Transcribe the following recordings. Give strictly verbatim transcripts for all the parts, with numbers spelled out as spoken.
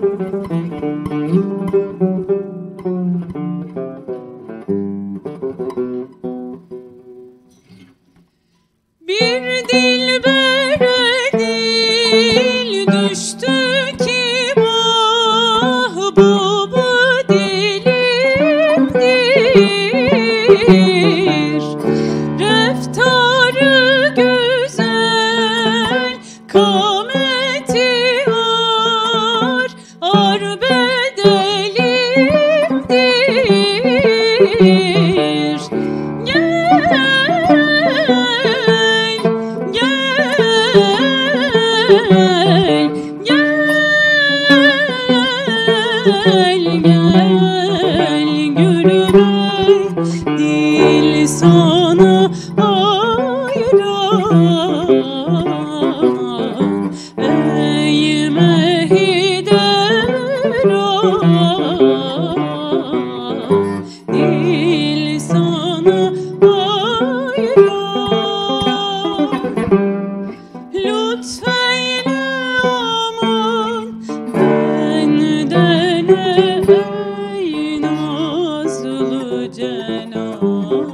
Bir dilbere dil düştü ki mahbubu dilimdir. Reftarı güzel, kameti ar, ar bedelimdir. Gel, gel, gel gülüme, dil sana hayran. Ey Mehidevran, dil sana hayran. Lütfeyle aman benden ey nazlı Cenan.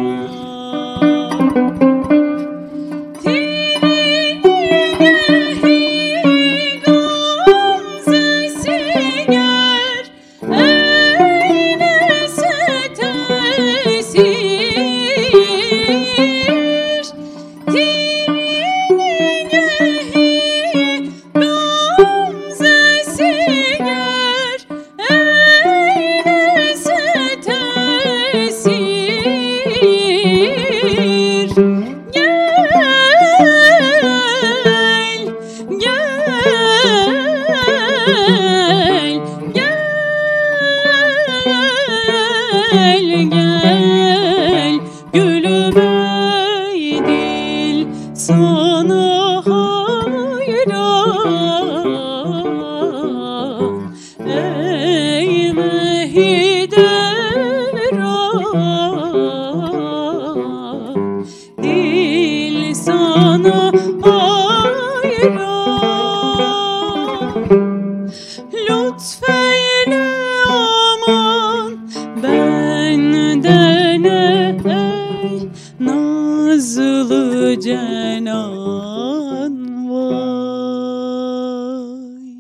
Dilini gamzesi ger, eylese tesir. Dilini gamzesi ger, eylese tesir. Gel, gel, gel, gel gülüme, dil sana hayran. Ey Mehidevran, dil sana hayran. Lütfeyle aman benden ey nazlı Cenan. Vay.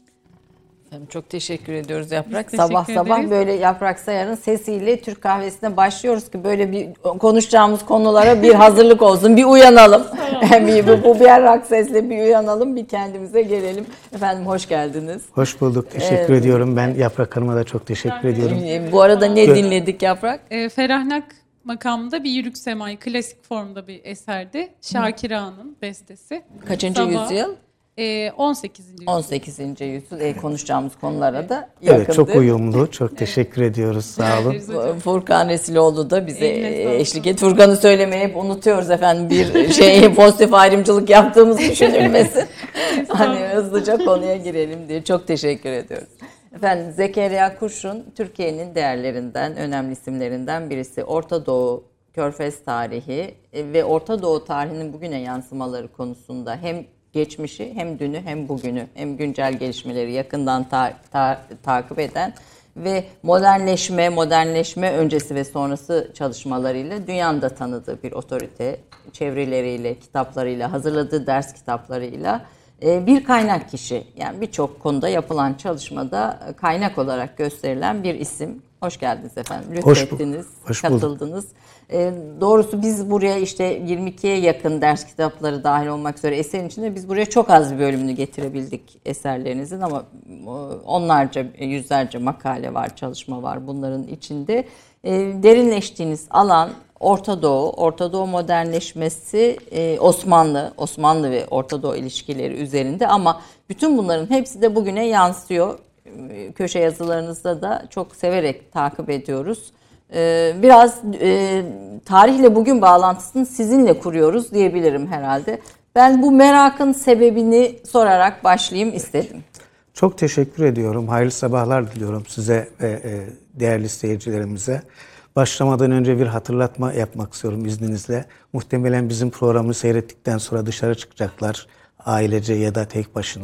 Efendim çok teşekkür ediyoruz Yaprak. Biz Sabah teşekkür sabah ederiz. böyle Yaprak Sayar'ın sesiyle Türk kahvesine başlıyoruz ki böyle bir konuşacağımız konulara bir hazırlık olsun. Bir uyanalım. bir, bu, bu bir rock sesle bir uyanalım, bir kendimize gelelim. Efendim hoş geldiniz. Hoş bulduk. Teşekkür Ee, ediyorum. Ben Yaprak Hanım'a da çok teşekkür ediyorum. Ee, Bu arada ne Gö- dinledik Yaprak? E, Ferahnak makamında bir yürük semai, klasik formda bir eserdi. Şakir Ağa'nın bestesi. Kaçıncı Sabah, yüzyıl? E, on sekizinci yüzyıl. on sekizinci yüzyıl. E, konuşacağımız konulara da yakındır. Evet, çok uyumlu. Çok teşekkür ediyoruz. Sağ olun. Furkan Resiloğlu da bize Eline sağlık. eşlik et. Furkan'ı söylemeyi hep unutuyoruz efendim. Bir şey pozitif ayrımcılık yaptığımız düşünülmesin. Hani hızlıca konuya girelim diye. Çok teşekkür ediyoruz. Efendim Zekeriya Kurşun Türkiye'nin değerlerinden, önemli isimlerinden birisi. Orta Doğu, Körfez tarihi ve Orta Doğu tarihinin bugüne yansımaları konusunda hem geçmişi hem dünü hem bugünü hem güncel gelişmeleri yakından ta- ta- takip eden ve modernleşme, modernleşme öncesi ve sonrası çalışmalarıyla dünyanın da tanıdığı bir otorite, çevirileriyle, kitaplarıyla, hazırladığı ders kitaplarıyla bir kaynak kişi. Yani birçok konuda yapılan çalışmada kaynak olarak gösterilen bir isim. Hoş geldiniz efendim. Lütfettiniz, Hoş katıldınız. E, doğrusu biz buraya işte yirmi ikiye yakın ders kitapları dahil olmak üzere eserin içinde biz buraya çok az bir bölümünü getirebildik eserlerinizin ama onlarca, yüzlerce makale var, çalışma var bunların içinde. E, derinleştiğiniz alan Orta Doğu, Orta Doğu modernleşmesi, e, Osmanlı, Osmanlı ve Orta Doğu ilişkileri üzerinde ama bütün bunların hepsi de bugüne yansıyor. Köşe yazılarınızda da çok severek takip ediyoruz. Biraz e, tarihle bugün bağlantısını sizinle kuruyoruz diyebilirim herhalde. Ben bu merakın sebebini sorarak başlayayım istedim. Çok teşekkür ediyorum. Hayırlı sabahlar diliyorum size ve değerli seyircilerimize. Başlamadan önce bir hatırlatma yapmak istiyorum izninizle. Muhtemelen bizim programı seyrettikten sonra dışarı çıkacaklar. Ailece ya da tek başına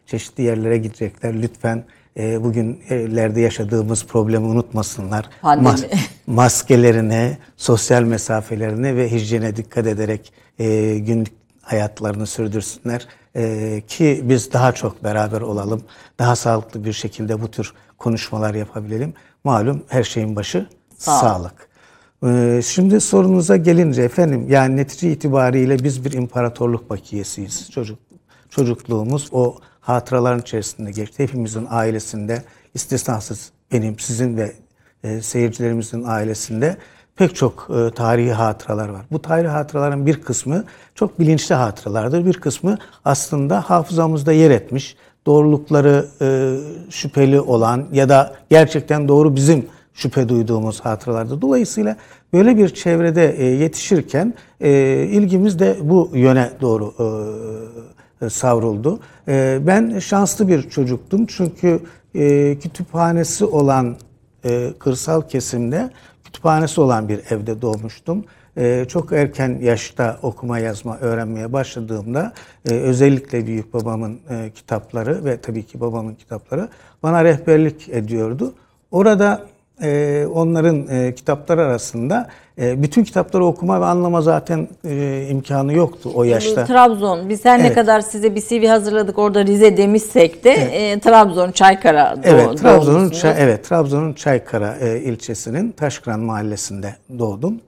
çeşitli yerlere gidecekler. Lütfen e, bugünlerde yaşadığımız problemi unutmasınlar. Mas maskelerine, sosyal mesafelerine ve hijyene dikkat ederek e, günlük hayatlarını sürdürsünler. E, ki biz daha çok beraber olalım. Daha sağlıklı bir şekilde bu tür konuşmalar yapabilelim. Malum her şeyin başı Sağ sağlık. E, şimdi sorunuza gelince efendim, yani netice itibariyle biz bir imparatorluk bakiyesiyiz. Çocuk, çocukluğumuz o hatıraların içerisinde geçti. Hepimizin ailesinde, istisnasız benim, sizin ve e, seyircilerimizin ailesinde pek çok e, tarihi hatıralar var. Bu tarihi hatıraların bir kısmı çok bilinçli hatıralardır. Bir kısmı aslında hafızamızda yer etmiş, doğrulukları e, şüpheli olan ya da gerçekten doğru bizim şüphe duyduğumuz hatıralardır. Dolayısıyla böyle bir çevrede e, yetişirken e, ilgimiz de bu yöne doğru e, savruldu. E, ben şanslı bir çocuktum çünkü e, kütüphanesi olan e, kırsal kesimde kütüphanesi olan bir evde doğmuştum. Ee, çok erken yaşta okuma yazma öğrenmeye başladığımda e, özellikle büyük babamın e, kitapları ve tabii ki babamın kitapları bana rehberlik ediyordu. Orada e, onların e, kitapları arasında e, bütün kitapları okuma ve anlama zaten e, imkanı yoktu o yaşta. Trabzon, biz her Evet. ne kadar size bir C V hazırladık orada Rize demişsek de evet. e, Trabzon Çaykara doğ, Evet, Trabzon'un Çay, evet, Trabzon'un Çaykara e, ilçesinin Taşkıran mahallesinde doğdum.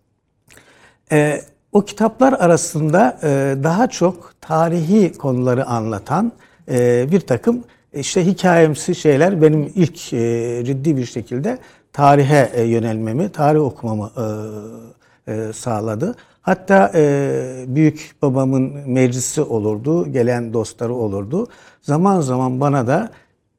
E, o kitaplar arasında e, daha çok tarihi konuları anlatan e, bir takım işte hikayemsi şeyler benim ilk e, ciddi bir şekilde tarihe e, yönelmemi, tarih okumamı e, e, sağladı. Hatta e, büyük babamın meclisi olurdu, gelen dostları olurdu. Zaman zaman bana da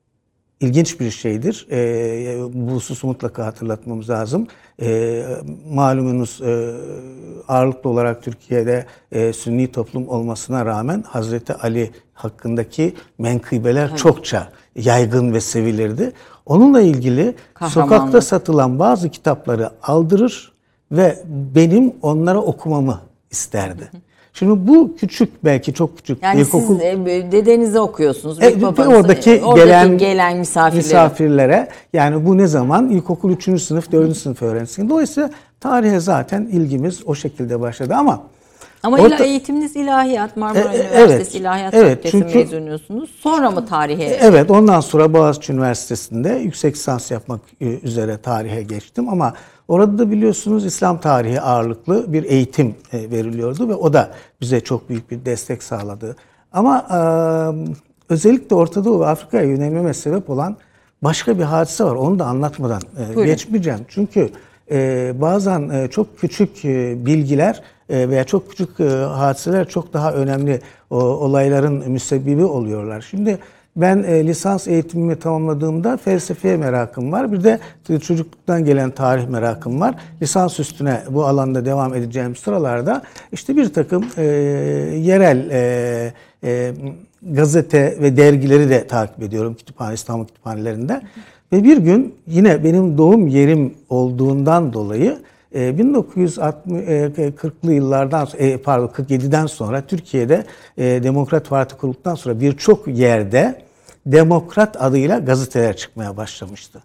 İlginç bir şeydir. E, bu hususu mutlaka hatırlatmamız lazım. E, malumunuz e, ağırlıklı olarak Türkiye'de e, Sünni toplum olmasına rağmen Hazreti Ali hakkındaki menkıbeler evet. çokça yaygın ve sevilirdi. Onunla ilgili sokakta satılan bazı kitapları aldırır ve benim onlara okumamı isterdi. Şimdi bu küçük, belki çok küçük. Yani ilkokul, siz dedenizi okuyorsunuz. E, babanızı, oradaki, oradaki gelen, gelen misafirlere. misafirlere. Yani bu ne zaman? İlkokul üçüncü sınıf, dördüncü sınıf öğrencisiyim. Dolayısıyla tarihe zaten ilgimiz o şekilde başladı ama Ama orta, eğitiminiz ilahiyat, Marmara e, Üniversitesi evet, İlahiyat evet, Fakültesi çünkü, mezunusunuz. Sonra mı tarihe? Evet, ondan sonra Boğaziçi Üniversitesi'nde yüksek lisans yapmak üzere tarihe geçtim ama orada da biliyorsunuz İslam tarihi ağırlıklı bir eğitim veriliyordu ve o da bize çok büyük bir destek sağladı. Ama e, özellikle Orta Doğu ve Afrika'ya yönelmeme sebep olan başka bir hadise var. Onu da anlatmadan e, geçmeyeceğim. Çünkü e, bazen e, çok küçük e, bilgiler e, veya çok küçük e, hadiseler çok daha önemli o, olayların müsebbibi oluyorlar. Şimdi ben e, lisans eğitimimi tamamladığımda felsefeye merakım var. Bir de çocukluktan gelen tarih merakım var. Lisans üstüne bu alanda devam edeceğim sıralarda işte bir takım e, yerel e, e, gazete ve dergileri de takip ediyorum kütüphane, İstanbul kütüphanelerinde. Ve bir gün yine benim doğum yerim olduğundan dolayı bin dokuz yüz kırklı yıllardan pardon kırk yediden sonra Türkiye'de Demokrat Parti kurulduktan sonra birçok yerde Demokrat adıyla gazeteler çıkmaya başlamıştı.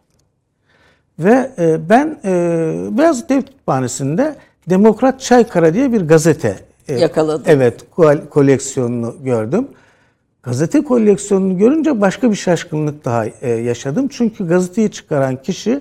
Ve ben Beyazıt Devlet Kütüphanesi'nde Demokrat Çaykara diye bir gazete yakaladım. Evet, koleksiyonunu gördüm. Gazete koleksiyonunu görünce başka bir şaşkınlık daha yaşadım. Çünkü gazeteyi çıkaran kişi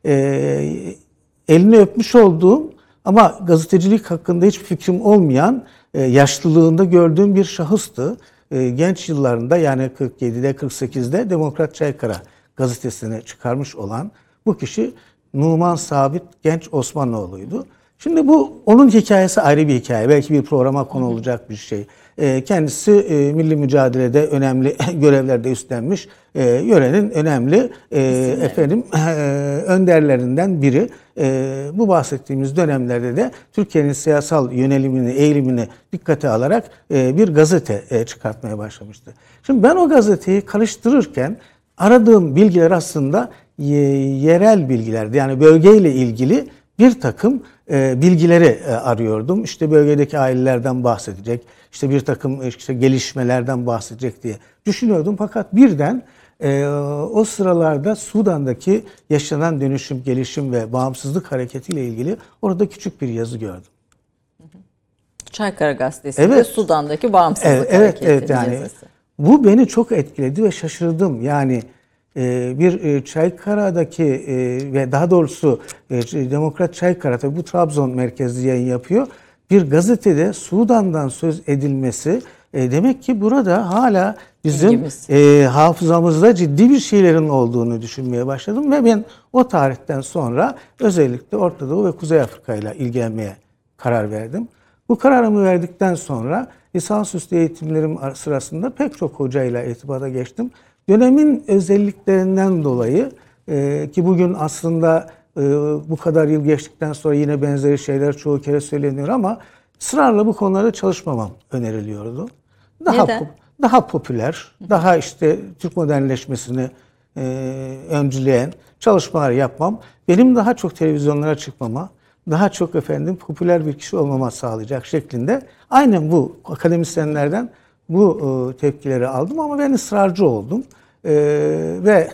elini öpmüş olduğum ama gazetecilik hakkında hiçbir fikrim olmayan, yaşlılığında gördüğüm bir şahıstı. Genç yıllarında yani kırk yedide kırk sekizde Demokrat Çaykara gazetesini çıkarmış olan bu kişi Numan Sabit Genç Osmanoğlu'ydu. Şimdi bu onun hikayesi ayrı bir hikaye. Belki bir programa konu olacak bir şey. Kendisi milli mücadelede önemli görevlerde üstlenmiş, yörenin önemli İsimler. efendim önderlerinden biri. Bu bahsettiğimiz dönemlerde de Türkiye'nin siyasal yönelimini, eğilimini dikkate alarak bir gazete çıkartmaya başlamıştı. Şimdi ben o gazeteyi karıştırırken aradığım bilgiler aslında yerel bilgilerdi. Yani bölgeyle ilgili bir takım e, bilgileri e, arıyordum. İşte bölgedeki ailelerden bahsedecek, işte bir takım işte gelişmelerden bahsedecek diye düşünüyordum. Fakat birden e, o sıralarda Sudan'daki yaşanan dönüşüm, gelişim ve bağımsızlık hareketiyle ilgili orada küçük bir yazı gördüm. Çaykara Gazetesi'nde Evet. Sudan'daki bağımsızlık Evet, evet, hareketi evet yani yazısı. bu beni çok etkiledi ve şaşırdım. Yani e, bir e, Çaykara'daki e, ve daha doğrusu e, Demokrat Çaykara, tabii bu Trabzon merkezli yayın yapıyor. Bir gazetede Sudan'dan söz edilmesi e, demek ki burada hala bizim e, hafızamızda ciddi bir şeylerin olduğunu düşünmeye başladım ve ben o tarihten sonra özellikle Orta Doğu ve Kuzey Afrika ile ilgilenmeye karar verdim. Bu kararımı verdikten sonra lisansüstü eğitimlerim sırasında pek çok hocayla irtibata geçtim. Dönemin özelliklerinden dolayı e, ki bugün aslında e, bu kadar yıl geçtikten sonra yine benzeri şeyler çoğu kere söyleniyor ama ısrarla bu konularda çalışmamam öneriliyordu. Daha Neden? pop- daha popüler, daha işte Türk modernleşmesini e, öncüleyen çalışmalar yapmam, benim daha çok televizyonlara çıkmama, daha çok efendim popüler bir kişi olmama sağlayacak şeklinde aynen bu akademisyenlerden bu e, tepkileri aldım ama ben ısrarcı oldum. E, ve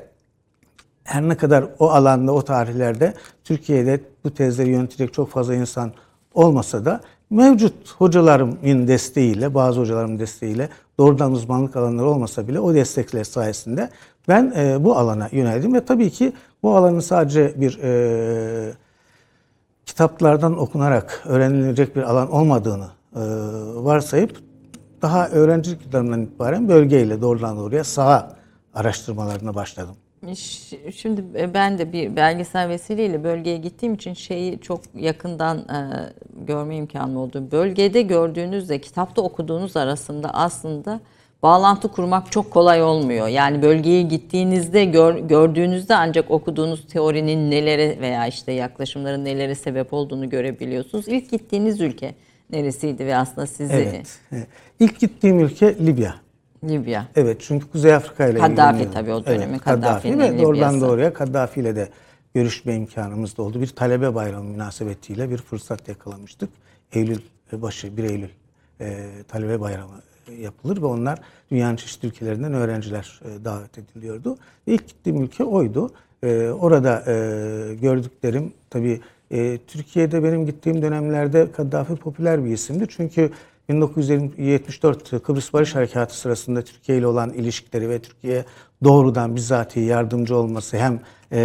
her ne kadar o alanda, o tarihlerde Türkiye'de bu tezleri yönetecek çok fazla insan olmasa da mevcut hocalarımın desteğiyle, bazı hocalarımın desteğiyle doğrudan uzmanlık alanları olmasa bile o destekler sayesinde ben e, bu alana yöneldim ve tabii ki bu alanın sadece bir e, kitaplardan okunarak öğrenilecek bir alan olmadığını e, varsayıp daha öğrencilik yıllarından itibaren bölgeyle doğrudan doğruya saha araştırmalarına başladım. Şimdi ben de bir belgesel vesileyle bölgeye gittiğim için şeyi çok yakından e, görme imkanı oldu. Bölgede gördüğünüzle kitapta okuduğunuz arasında aslında bağlantı kurmak çok kolay olmuyor. Yani bölgeye gittiğinizde gör, gördüğünüzde ancak okuduğunuz teorinin nelere veya işte yaklaşımların nelere sebep olduğunu görebiliyorsunuz. İlk gittiğiniz ülke neresiydi ve aslında sizi... Evet. evet. İlk gittiğim ülke Libya. Libya. Evet, çünkü Kuzey Afrika ile Kaddafi tabii o dönemin evet, Kaddafi'nin Kaddafi ve doğrudan Libya'sı. doğruya Kaddafi ile de görüşme imkanımız da oldu. Bir talebe bayramı münasebetiyle bir fırsat yakalamıştık. Eylül başı, bir Eylül e, talebe bayramı yapılır ve onlar dünyanın çeşitli ülkelerinden öğrenciler e, davet ediliyordu. İlk gittiğim ülke oydu. E, orada e, gördüklerim tabii e, Türkiye'de benim gittiğim dönemlerde Kaddafi popüler bir isimdi. Çünkü bin dokuz yüz yetmiş dört Kıbrıs Barış Harekatı sırasında Türkiye ile olan ilişkileri ve Türkiye'ye doğrudan bizatihi yardımcı olması hem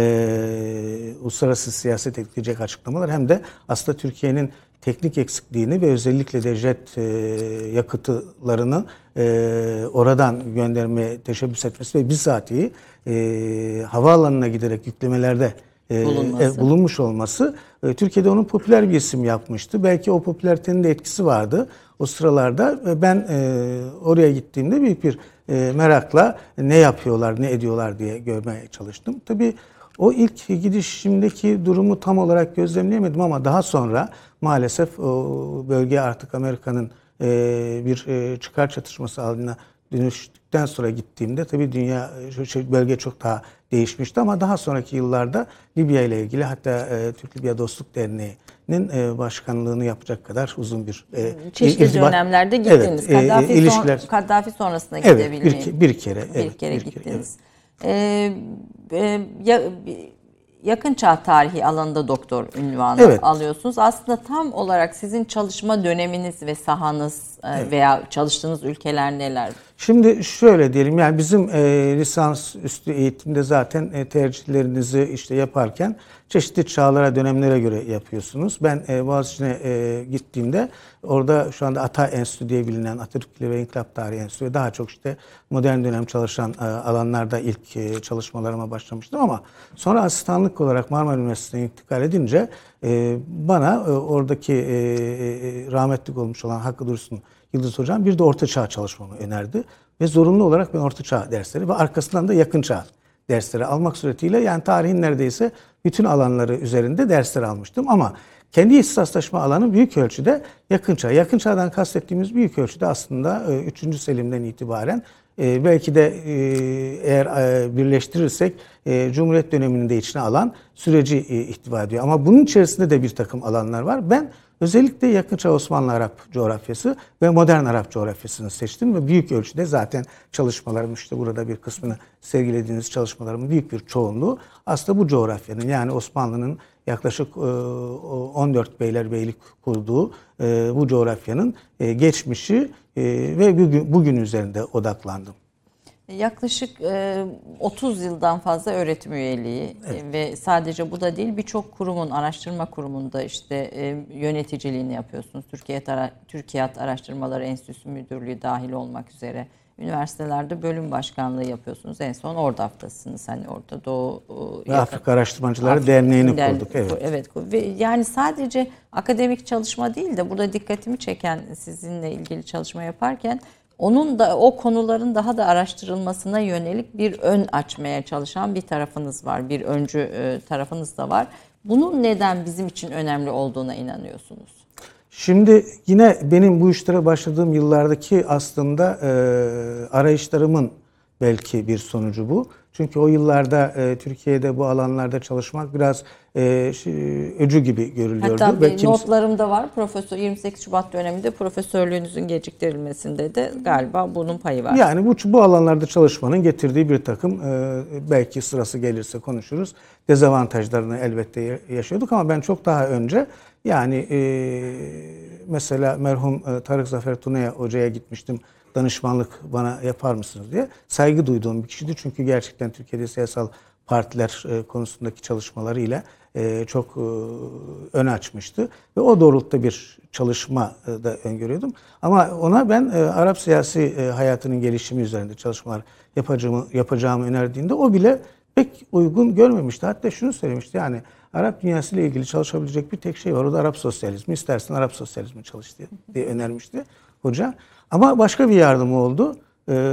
e, uluslararası siyaset etkileyecek açıklamalar hem de aslında Türkiye'nin teknik eksikliğini ve özellikle de jet e, yakıtlarını e, oradan göndermeye teşebbüs etmesi ve bizatihi e, havaalanına giderek yüklemelerde e, Bulunması. e, bulunmuş olması e, Türkiye'de onun popüler bir isim yapmıştı. Belki o popülaritenin de etkisi vardı o sıralarda. Ve ben e, oraya gittiğimde büyük bir e, merakla ne yapıyorlar, ne ediyorlar diye görmeye çalıştım. Tabii o ilk gidişimdeki durumu tam olarak gözlemleyemedim ama daha sonra maalesef o bölge artık Amerika'nın e, bir e, çıkar çatışması haline dönüştükten sonra gittiğimde tabii dünya, şey, bölge çok daha değişmişti ama daha sonraki yıllarda Libya ile ilgili hatta e, Türk-Libya Dostluk Derneği'nin e, başkanlığını yapacak kadar uzun bir e, çeşitli irtibat, dönemlerde gittiniz. Evet, Kaddafi, e, ilişkiler, son, Kaddafi sonrasında evet, gidebilmeyi. bir, bir kere, bir evet, kere bir gittiniz. Kere, evet. Ee, e, ya, yakın çağ tarihi alanında doktor ünvanı Evet. alıyorsunuz. Aslında tam olarak sizin çalışma döneminiz ve sahanız evet. veya çalıştığınız ülkeler neler? Şimdi şöyle diyelim, yani bizim e, lisans üstü eğitimde zaten e, tercihlerinizi işte yaparken çeşitli çağlara, dönemlere göre yapıyorsunuz. Ben e, Boğaziçi'ne e, gittiğimde orada şu anda Ata Enstitü diye bilinen Atatürk ve İnkılap Tarihi Enstitüsü daha çok işte modern dönem çalışan e, alanlarda ilk e, çalışmalarıma başlamıştım ama sonra asistanlık olarak Marmara Üniversitesi'ne intikal edince e, bana e, oradaki e, e, rahmetlik olmuş olan Hakkı Dursun Yıldız Hocam bir de Orta Çağ çalışmamı önerdi. Ve zorunlu olarak ben Orta Çağ dersleri ve arkasından da Yakın Çağ dersleri almak suretiyle yani tarihin neredeyse bütün alanları üzerinde dersler almıştım. Ama kendi ihtisaslaşma alanı büyük ölçüde Yakın Çağ. Yakın Çağ'dan kastettiğimiz büyük ölçüde aslında üçüncü Selim'den itibaren e, belki de e, eğer e, birleştirirsek e, Cumhuriyet dönemini de içine alan süreci e, ihtiva ediyor. Ama bunun içerisinde de bir takım alanlar var. Ben özellikle Yakın Çağ Osmanlı Arap coğrafyası ve modern Arap coğrafyasını seçtim ve büyük ölçüde zaten çalışmalarım, işte burada bir kısmını sergilediğiniz çalışmalarımın büyük bir çoğunluğu aslında bu coğrafyanın, yani Osmanlı'nın yaklaşık on dört beylerbeylik kurduğu bu coğrafyanın geçmişi ve bugün, bugün üzerinde odaklandım. Yaklaşık otuz yıldan fazla öğretim üyeliği, evet. Ve sadece bu da değil, birçok kurumun, araştırma kurumunda işte yöneticiliğini yapıyorsunuz. Türkiye Türkiyat Araştırmaları Enstitüsü Müdürlüğü dahil olmak üzere üniversitelerde bölüm başkanlığı yapıyorsunuz. En son ORDAF'tasınız. Hani orada Doğu ve Afrika Araştırmacıları Afrika Derneği'ni der, kurduk. Evet. Evet. Ve yani sadece akademik çalışma değil de burada dikkatimi çeken, sizinle ilgili çalışma yaparken onun da o konuların daha da araştırılmasına yönelik bir ön açmaya çalışan bir tarafınız var. Bir öncü e, tarafınız da var. Bunun neden bizim için önemli olduğuna inanıyorsunuz? Şimdi yine benim bu işlere başladığım yıllardaki aslında e, arayışlarımın belki bir sonucu bu. Çünkü o yıllarda e, Türkiye'de bu alanlarda çalışmak biraz e, öcü gibi görülüyordu. Hatta Belki notlarımda var. Profesör yirmi sekiz Şubat döneminde profesörlüğünüzün geciktirilmesinde de galiba bunun payı var. Yani bu bu alanlarda çalışmanın getirdiği bir takım e, belki sırası gelirse konuşuruz. Dezavantajlarını elbette yaşıyorduk ama ben çok daha önce yani e, mesela merhum e, Tarık Zafer Tuna'ya hocaya gitmiştim. Danışmanlık bana yapar mısınız diye. Saygı duyduğum bir kişiydi. Çünkü gerçekten Türkiye'de siyasal partiler e, konusundaki çalışmalarıyla e, çok e, öne açmıştı. Ve o doğrultuda bir çalışma e, da öngörüyordum. Ama ona ben e, Arap siyasi e, hayatının gelişimi üzerinde çalışmalar yapacağımı, yapacağımı önerdiğinde o bile pek uygun görmemişti. Hatta şunu söylemişti, yani Arap dünyası ile ilgili çalışabilecek bir tek şey var. O da Arap sosyalizmi. İstersen Arap sosyalizmi çalış diye, diye önermişti hoca. Ama başka bir yardım oldu. Ee,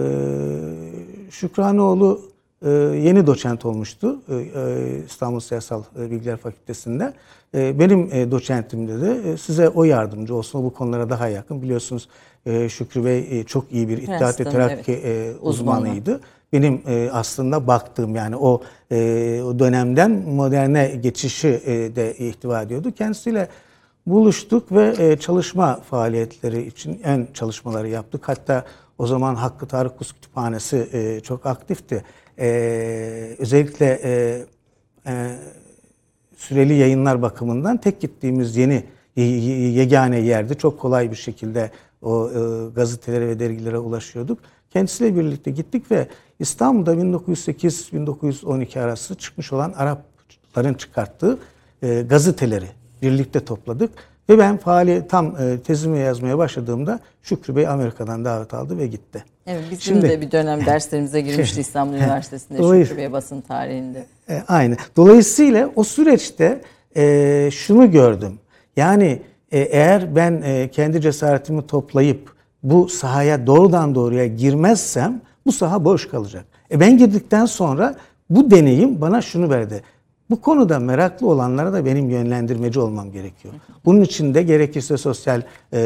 Şükranoğlu e, yeni doçent olmuştu e, İstanbul Siyasal Bilgiler Fakültesi'nde. E, benim e, doçentimde de e, size o yardımcı olsun, bu konulara daha yakın. Biliyorsunuz e, Şükrü Bey e, çok iyi bir İttihat ve Terakki evet. e, uzmanıydı. Benim e, aslında baktığım, yani o, e, o dönemden moderne geçişi e, de ihtiva ediyordu. Kendisiyle buluştuk ve e, çalışma faaliyetleri için ön çalışmaları yaptık. Hatta o zaman Hakkı Tarık Kus Kütüphanesi e, çok aktifti. E, özellikle e, e, süreli yayınlar bakımından tek gittiğimiz yeni yegane yerdi. Çok kolay bir şekilde o e, gazetelere ve dergilere ulaşıyorduk. Kendisiyle birlikte gittik ve İstanbul'da bin dokuz yüz sekiz bin dokuz yüz on iki arası çıkmış olan Arapların çıkarttığı e, gazeteleri birlikte topladık. Ve ben faaliyet tam e, tezimi yazmaya başladığımda Şükrü Bey Amerika'dan davet aldı ve gitti. Evet, bizim Şimdi, de bir dönem derslerimize girmişti İstanbul Üniversitesi'nde Şükrü Bey basın tarihinde. E, aynı. Dolayısıyla o süreçte e, şunu gördüm. Yani e, eğer ben e, kendi cesaretimi toplayıp bu sahaya doğrudan doğruya girmezsem bu saha boş kalacak. E, ben girdikten sonra bu deneyim bana şunu verdi. Bu konuda meraklı olanlara da benim yönlendirmeci olmam gerekiyor. Bunun için de gerekirse sosyal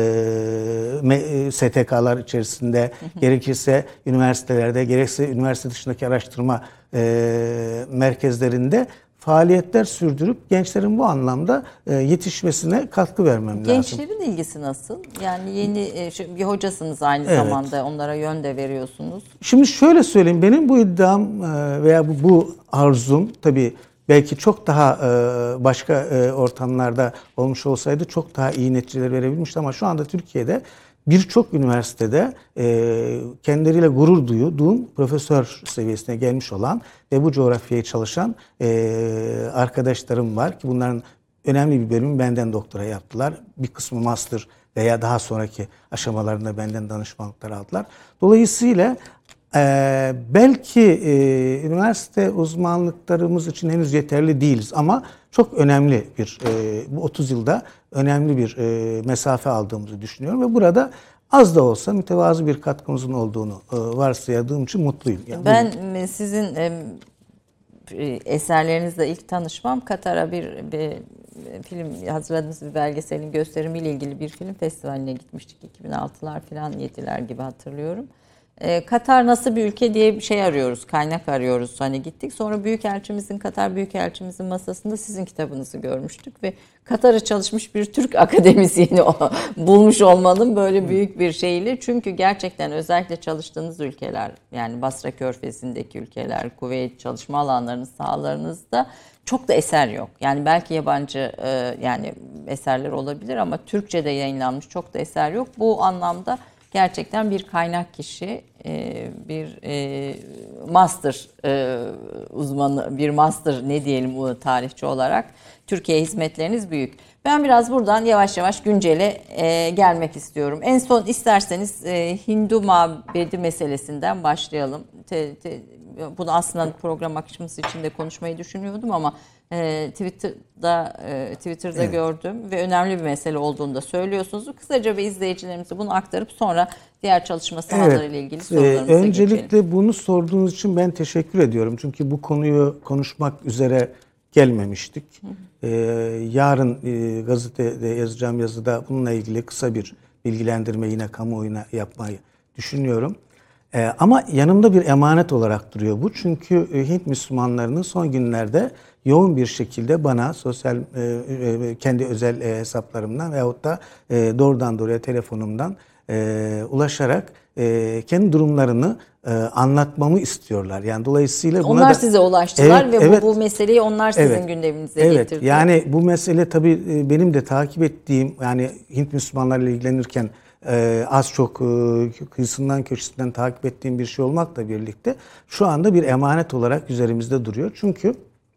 e, S T K'lar içerisinde, gerekirse üniversitelerde, gerekirse üniversite dışındaki araştırma e, merkezlerinde faaliyetler sürdürüp gençlerin bu anlamda e, yetişmesine katkı vermem Gençlerin lazım. Gençlerin ilgisi nasıl? Yani yeni e, bir hocasınız aynı evet. zamanda, onlara yön de veriyorsunuz. Şimdi şöyle söyleyeyim, benim bu iddiam e, veya bu, bu arzum tabii belki çok daha başka ortamlarda olmuş olsaydı çok daha iyi neticeler verebilmişti ama şu anda Türkiye'de birçok üniversitede kendileriyle gurur duyduğum profesör seviyesine gelmiş olan ve bu coğrafyayı çalışan arkadaşlarım var ki bunların önemli bir bölümü benden doktora yaptılar. Bir kısmı master veya daha sonraki aşamalarında benden danışmanlıklar aldılar. Dolayısıyla Ee, belki e, üniversite uzmanlıklarımız için henüz yeterli değiliz ama çok önemli bir, e, bu otuz yılda önemli bir e, mesafe aldığımızı düşünüyorum ve burada az da olsa mütevazı bir katkımızın olduğunu e, varsayadığım için mutluyum. Yani ben bu... sizin e, eserlerinizle ilk tanışmam Katar'a bir, bir film hazırladığınız bir belgeselin gösterimiyle ilgili bir film festivaline gitmiştik. iki bin altılar falan yediler gibi hatırlıyorum. Ee, Katar nasıl bir ülke diye bir şey arıyoruz, kaynak arıyoruz. Hani gittik, sonra Büyükelçimizin, Katar Büyükelçimizin masasında sizin kitabınızı görmüştük ve Katar'a çalışmış bir Türk akademisyeni bulmuş olmanın böyle büyük bir şeyiyle. Çünkü gerçekten özellikle çalıştığınız ülkeler, yani Basra Körfezi'ndeki ülkeler, Kuveyt, çalışma alanlarınız, sahalarınızda çok da eser yok. Yani belki yabancı e, yani eserler olabilir ama Türkçe'de yayınlanmış çok da eser yok. Bu anlamda gerçekten bir kaynak kişi, bir master uzmanı, bir master ne diyelim bu tarihçi olarak Türkiye'ye hizmetleriniz büyük. Ben biraz buradan yavaş yavaş güncele gelmek istiyorum. En son isterseniz Hindu mabedi meselesinden başlayalım. Bunu aslında program akışımız için de konuşmayı düşünüyordum ama Twitter'da Twitter'da evet. gördüm ve önemli bir mesele olduğunu da söylüyorsunuz. Kısaca bir izleyicilerimize bunu aktarıp sonra diğer çalışma sahalarıyla evet. ilgili sorularımıza ee, Öncelikle geçelim. bunu sorduğunuz için ben teşekkür ediyorum. Çünkü bu konuyu konuşmak üzere gelmemiştik. Hı hı. Ee, yarın e, gazetede yazacağım yazıda bununla ilgili kısa bir bilgilendirme yine kamuoyuna yapmayı düşünüyorum. Ee, ama yanımda bir emanet olarak duruyor bu. Çünkü Hint Müslümanlarının son günlerde yoğun bir şekilde bana sosyal e, e, kendi özel e, hesaplarımdan veyahut da e, doğrudan doğruya telefonumdan e, ulaşarak e, kendi durumlarını e, anlatmamı istiyorlar. Yani dolayısıyla buna onlar da, size ulaştılar evet, ve evet, bu, bu meseleyi onlar sizin evet, gündeminize evet, getirdi. Yani bu mesele tabii benim de takip ettiğim, yani Hint Müslümanlarla ilgilenirken Ee, az çok e, kıyısından köşesinden takip ettiğim bir şey olmakla birlikte şu anda bir emanet olarak üzerimizde duruyor. Çünkü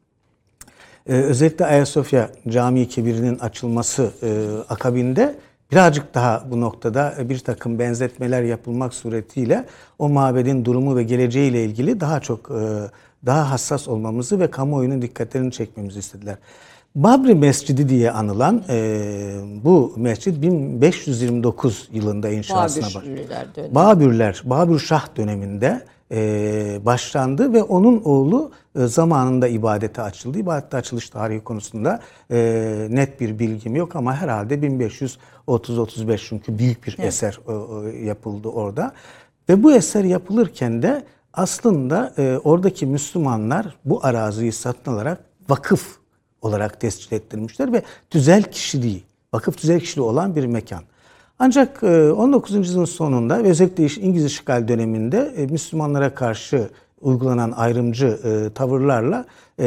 e, özellikle Ayasofya Camii Kebir'inin açılması e, akabinde birazcık daha bu noktada bir takım benzetmeler yapılmak suretiyle o mabedin durumu ve geleceğiyle ilgili daha çok e, daha hassas olmamızı ve kamuoyunun dikkatlerini çekmemizi istediler. Babri Mescidi diye anılan e, bu mescid bin beş yüz yirmi dokuz yılında inşasına başlandı. Babürler, Babür Şah döneminde e, başlandı ve onun oğlu e, zamanında ibadete açıldı. İbadete açılış tarihi konusunda e, net bir bilgim yok ama herhalde bin beş yüz otuz otuz beş çünkü büyük bir evet. eser e, yapıldı orada. Ve bu eser yapılırken de aslında e, oradaki Müslümanlar bu araziyi satın alarak vakıf olarak tescil ettirmişler ve tüzel kişiliği, vakıf tüzel kişiliği olan bir mekan. Ancak on dokuzuncu yüzyılın sonunda ve özellikle İngiliz işgal döneminde Müslümanlara karşı uygulanan ayrımcı tavırlarla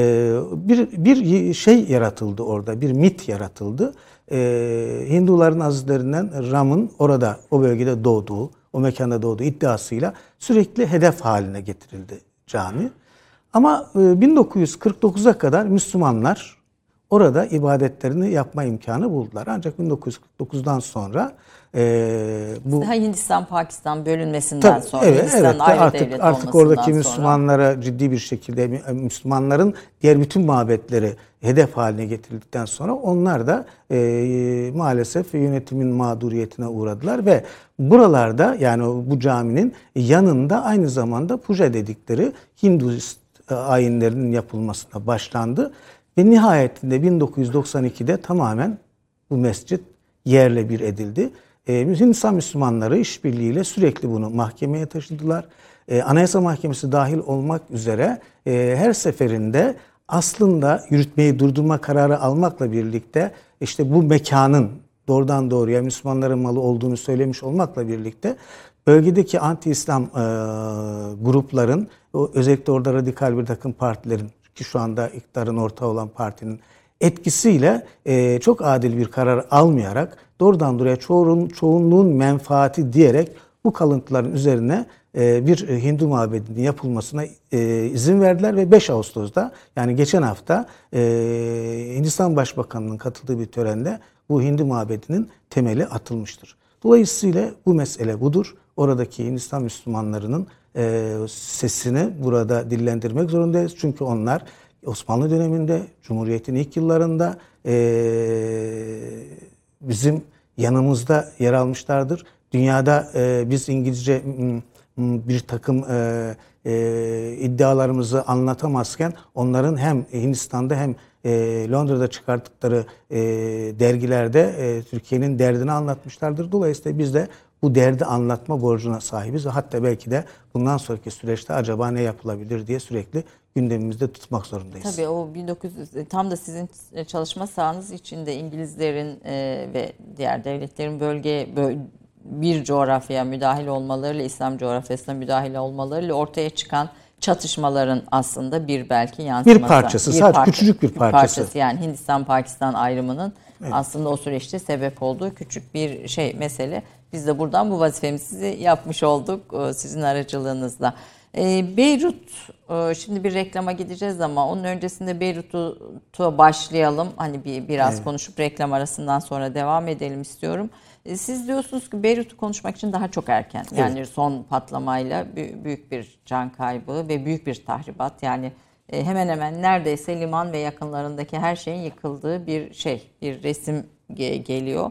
bir bir şey yaratıldı orada, bir mit yaratıldı. Hinduların azizlerinden Ram'ın orada, o bölgede doğduğu, o mekanda doğduğu iddiasıyla sürekli hedef haline getirildi cami. Ama bin dokuz yüz kırk dokuza kadar Müslümanlar orada ibadetlerini yapma imkanı buldular. Ancak bin dokuz yüz kırk dokuzdan sonra e, bu Hindistan-Pakistan bölünmesinden tabii, sonra evet, Hindistan'ın evet, ayrı artık, devlet artık olmasından oradaki sonra Müslümanlara ciddi bir şekilde Müslümanların diğer bütün mabetleri hedef haline getirildikten sonra onlar da e, maalesef yönetimin mağduriyetine uğradılar ve buralarda, yani bu caminin yanında aynı zamanda puja dedikleri Hinduist ayinlerinin yapılmasına başlandı. Ve nihayetinde bin dokuz yüz doksan ikide tamamen bu mescit yerle bir edildi. Ee, Hindistan Müslümanları işbirliğiyle sürekli bunu mahkemeye taşıdılar. Ee, Anayasa Mahkemesi dahil olmak üzere e, her seferinde aslında yürütmeyi durdurma kararı almakla birlikte işte bu mekanın doğrudan doğruya Müslümanların malı olduğunu söylemiş olmakla birlikte bölgedeki anti-İslam e, grupların, özellikle orada radikal bir takım partilerin, ki şu anda iktidarın ortağı olan partinin etkisiyle e, çok adil bir karar almayarak doğrudan doğruya çoğun, çoğunluğun menfaati diyerek bu kalıntıların üzerine e, bir Hindu mabedinin yapılmasına e, izin verdiler ve beş Ağustos'da, yani geçen hafta e, Hindistan Başbakanı'nın katıldığı bir törende bu Hindu mabedinin temeli atılmıştır. Dolayısıyla bu mesele budur. Oradaki Hindistan Müslümanlarının e, sesini burada dillendirmek zorundayız. Çünkü onlar Osmanlı döneminde, Cumhuriyet'in ilk yıllarında e, bizim yanımızda yer almışlardır. Dünyada e, biz İngilizce bir takım e, e, iddialarımızı anlatamazken onların hem Hindistan'da hem e, Londra'da çıkarttıkları e, dergilerde e, Türkiye'nin derdini anlatmışlardır. Dolayısıyla biz de bu derdi anlatma borcuna sahibiz ve hatta belki de bundan sonraki süreçte acaba ne yapılabilir diye sürekli gündemimizde tutmak zorundayız. Tabii o bin dokuz yüz tam da sizin çalışma sahanız içinde İngilizlerin e, ve diğer devletlerin bölge böl, bir coğrafyaya müdahil olmalarıyla, İslam coğrafyasına müdahil olmalarıyla ortaya çıkan çatışmaların aslında bir belki yansıması. Bir parçası, bir sadece parça, küçücük bir parçası. parçası. Yani Hindistan-Pakistan ayrımının evet. aslında o süreçte sebep olduğu küçük bir şey mesele. Biz de buradan bu vazifemizi yapmış olduk sizin aracılığınızla. Beyrut, şimdi bir reklama gideceğiz ama onun öncesinde Beyrut'a başlayalım. Hani bir biraz evet. konuşup reklam arasından sonra devam edelim istiyorum. Siz diyorsunuz ki Beyrut'u konuşmak için daha çok erken. Yani evet. son patlamayla büyük bir can kaybı ve büyük bir tahribat. Yani hemen hemen neredeyse liman ve yakınlarındaki her şeyin yıkıldığı bir şey, bir resim geliyor.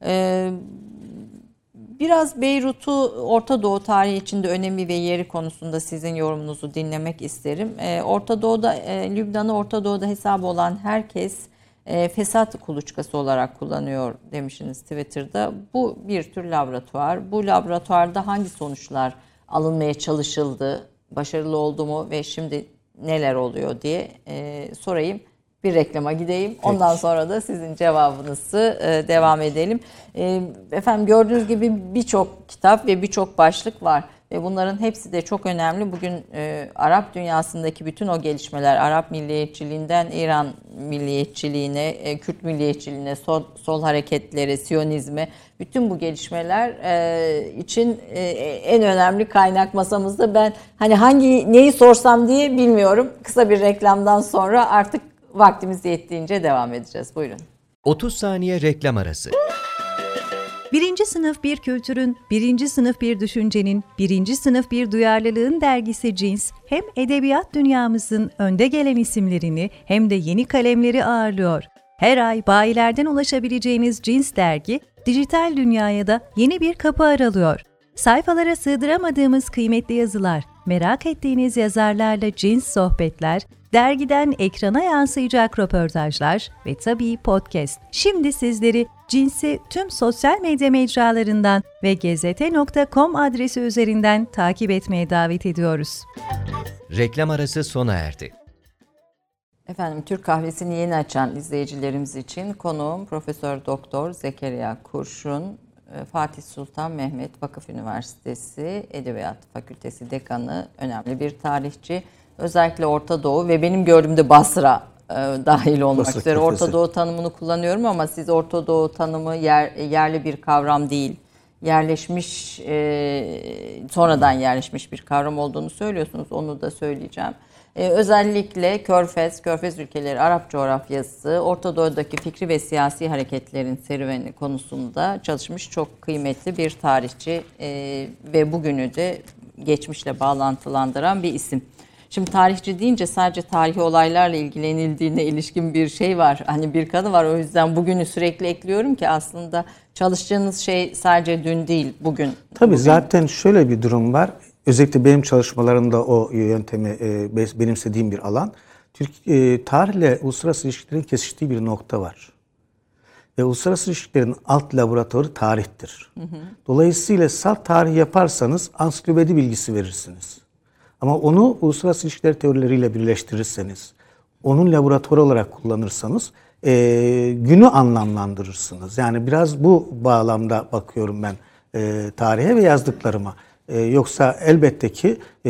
Biraz Beyrut'u Orta Doğu tarihi içinde önemi ve yeri konusunda sizin yorumunuzu dinlemek isterim. Orta Doğu'da, Lübnan'ı Orta Doğu'da hesabı olan herkes fesat kuluçkası olarak kullanıyor demişsiniz Twitter'da. Bu bir tür laboratuvar. Bu laboratuvarda hangi sonuçlar alınmaya çalışıldı, başarılı oldu mu ve şimdi neler oluyor diye sorayım. Bir reklama gideyim. Ondan Peki. sonra da sizin cevabınızı e, devam edelim. E, efendim gördüğünüz gibi birçok kitap ve birçok başlık var. Ve bunların hepsi de çok önemli. Bugün e, Arap dünyasındaki bütün o gelişmeler, Arap milliyetçiliğinden İran milliyetçiliğine, e, Kürt milliyetçiliğine, sol, sol hareketlere, Siyonizme, bütün bu gelişmeler e, için e, en önemli kaynak masamızda. Ben hani hangi neyi sorsam diye bilmiyorum. Kısa bir reklamdan sonra artık vaktimiz yettiğince devam edeceğiz. Buyurun. otuz saniye reklam arası. Birinci sınıf bir kültürün, birinci sınıf bir düşüncenin, birinci sınıf bir duyarlılığın dergisi Cins, hem edebiyat dünyamızın önde gelen isimlerini hem de yeni kalemleri ağırlıyor. Her ay bayilerden ulaşabileceğiniz Cins dergi, dijital dünyaya da yeni bir kapı aralıyor. Sayfalara sığdıramadığımız kıymetli yazılar, merak ettiğiniz yazarlarla cins sohbetler, dergiden ekrana yansıyacak röportajlar ve tabii podcast. Şimdi sizleri Cins'i tüm sosyal medya mecralarından ve gezete nokta com adresi üzerinden takip etmeye davet ediyoruz. Reklam arası sona erdi. Efendim Türk Kahvesi'ni yeni açan izleyicilerimiz için konuğum Profesör Doktor Zekeriya Kurşun, Fatih Sultan Mehmet Vakıf Üniversitesi Edebiyat Fakültesi Dekanı, önemli bir tarihçi. Özellikle Orta Doğu ve benim gördüğümde Basra e, dahil olmak Basra üzere Orta Doğu tanımını kullanıyorum ama siz Orta Doğu tanımı yer, yerli bir kavram değil, yerleşmiş, e, sonradan yerleşmiş bir kavram olduğunu söylüyorsunuz. Onu da söyleyeceğim. E, özellikle Körfez, Körfez ülkeleri, Arap coğrafyası, Orta Doğu'daki fikri ve siyasi hareketlerin serüveni konusunda çalışmış çok kıymetli bir tarihçi e, ve bugünü de geçmişle bağlantılandıran bir isim. Şimdi tarihçi deyince sadece tarihi olaylarla ilgilenildiğine ilişkin bir şey var. Hani bir kanı var, o yüzden bugünü sürekli ekliyorum ki aslında çalıştığınız şey sadece dün değil, bugün. Tabii bugün. Zaten şöyle bir durum var. Özellikle benim çalışmalarımda o yöntemi e, benimsediğim bir alan. Türk e, tarihle uluslararası ilişkilerin kesiştiği bir nokta var. Ve uluslararası ilişkilerin alt laboratuvarı tarihtir. Hı hı. Dolayısıyla salt tarih yaparsanız ansiklopedi bilgisi verirsiniz. Ama onu uluslararası ilişkiler teorileriyle birleştirirseniz, onun laboratuvarı olarak kullanırsanız e, günü anlamlandırırsınız. Yani biraz bu bağlamda bakıyorum ben e, tarihe ve yazdıklarıma. E, yoksa elbette ki e,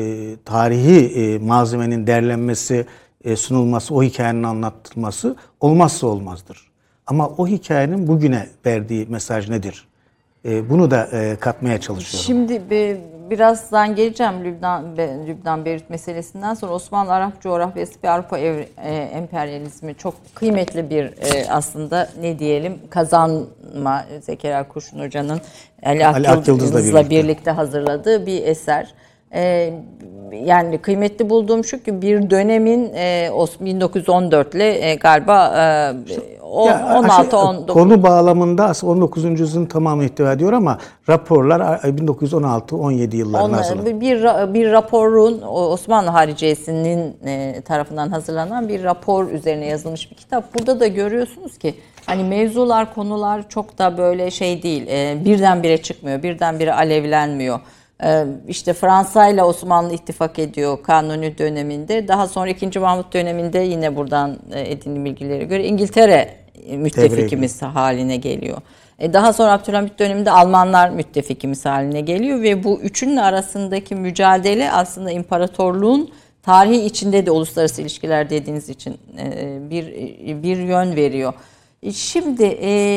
tarihi e, malzemenin derlenmesi, e, sunulması, o hikayenin anlatılması olmazsa olmazdır. Ama o hikayenin bugüne verdiği mesaj nedir? E, bunu da e, katmaya çalışıyorum. Şimdi bir, birazdan geleceğim Lübnan, Lübnan Beyrut meselesinden sonra. Osmanlı Arap coğrafyası ve Avrupa ev, e, emperyalizmi çok kıymetli bir e, aslında ne diyelim kazanma. Zekeriya Kurşun Hoca'nın Ali Akyıldız'la birlikte. birlikte hazırladığı bir eser. E, yani kıymetli bulduğum şu ki bir dönemin e, bin dokuz yüz on dört ile e, galiba e, on, Ya, on altı on dokuz konu bağlamında aslında on dokuzuncu yüzyılın tamamı ihtiva ediyor ama raporlar bin dokuz yüz on altı on yedi yıllarında hazırlanıyor. Bir, bir raporun Osmanlı Hariciyesi'nin e, tarafından hazırlanan bir rapor üzerine yazılmış bir kitap. Burada da görüyorsunuz ki hani mevzular, konular çok da böyle şey değil. E, birdenbire çıkmıyor, birdenbire alevlenmiyor. E, işte Fransa ile Osmanlı ittifak ediyor Kanuni döneminde. Daha sonra ikinci. Mahmut döneminde yine buradan edindiğim bilgilere göre İngiltere müttefikimiz haline geliyor. Daha sonra Abdülhamit döneminde Almanlar müttefikimiz haline geliyor ve bu üçünün arasındaki mücadele aslında imparatorluğun tarihi içinde de uluslararası ilişkiler dediğiniz için bir bir yön veriyor. Şimdi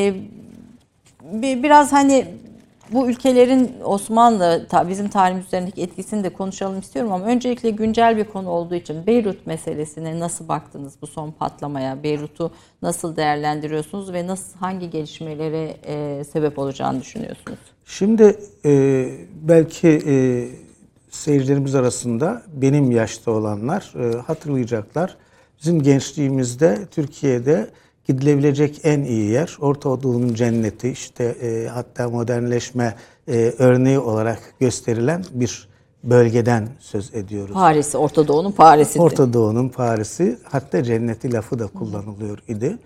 biraz hani bu ülkelerin Osmanlı bizim tarihimiz üzerindeki etkisini de konuşalım istiyorum ama öncelikle güncel bir konu olduğu için Beyrut meselesine nasıl baktınız, bu son patlamaya? Beyrut'u nasıl değerlendiriyorsunuz ve nasıl, hangi gelişmelere e, sebep olacağını düşünüyorsunuz? Şimdi e, belki e, seyircilerimiz arasında benim yaşta olanlar e, hatırlayacaklar. Bizim gençliğimizde Türkiye'de gidilebilecek en iyi yer, Orta Doğu'nun cenneti, işte e, hatta modernleşme e, örneği olarak gösterilen bir bölgeden söz ediyoruz. Paris, Orta Doğu'nun Paris'iydi. Orta Doğu'nun Paris'i, hatta cenneti lafı da kullanılıyor idi.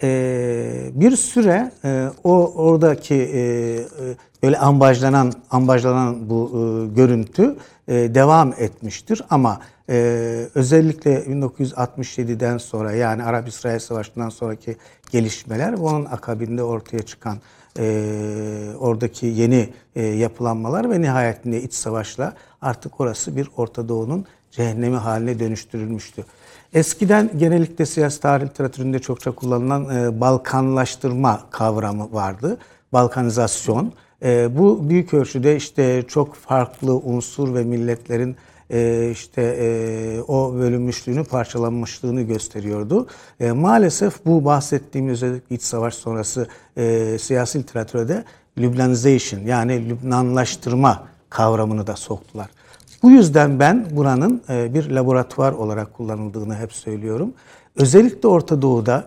E, bir süre e, o oradaki e, böyle ambajlanan ambajlanan bu e, görüntü e, devam etmiştir ama e, özellikle bin dokuz yüz altmış yediden sonra, yani Arap-İsrail Savaşı'ndan sonraki gelişmeler ve onun akabinde ortaya çıkan e, oradaki yeni e, yapılanmalar ve nihayetinde iç savaşla artık orası bir Orta Doğu'nun cehennemi haline dönüştürülmüştü. Eskiden genellikle siyasi tarih literatüründe çokça kullanılan e, Balkanlaştırma kavramı vardı. Balkanizasyon. E, bu büyük ölçüde işte çok farklı unsur ve milletlerin e, işte e, o bölünmüşlüğünü, parçalanmışlığını gösteriyordu. E, maalesef bu bahsettiğimiz özellikle iç savaş sonrası e, siyasi literatürde Lübnanization, yani Lübnanlaştırma kavramını da soktular. Bu yüzden ben buranın bir laboratuvar olarak kullanıldığını hep söylüyorum. Özellikle Orta Doğu'da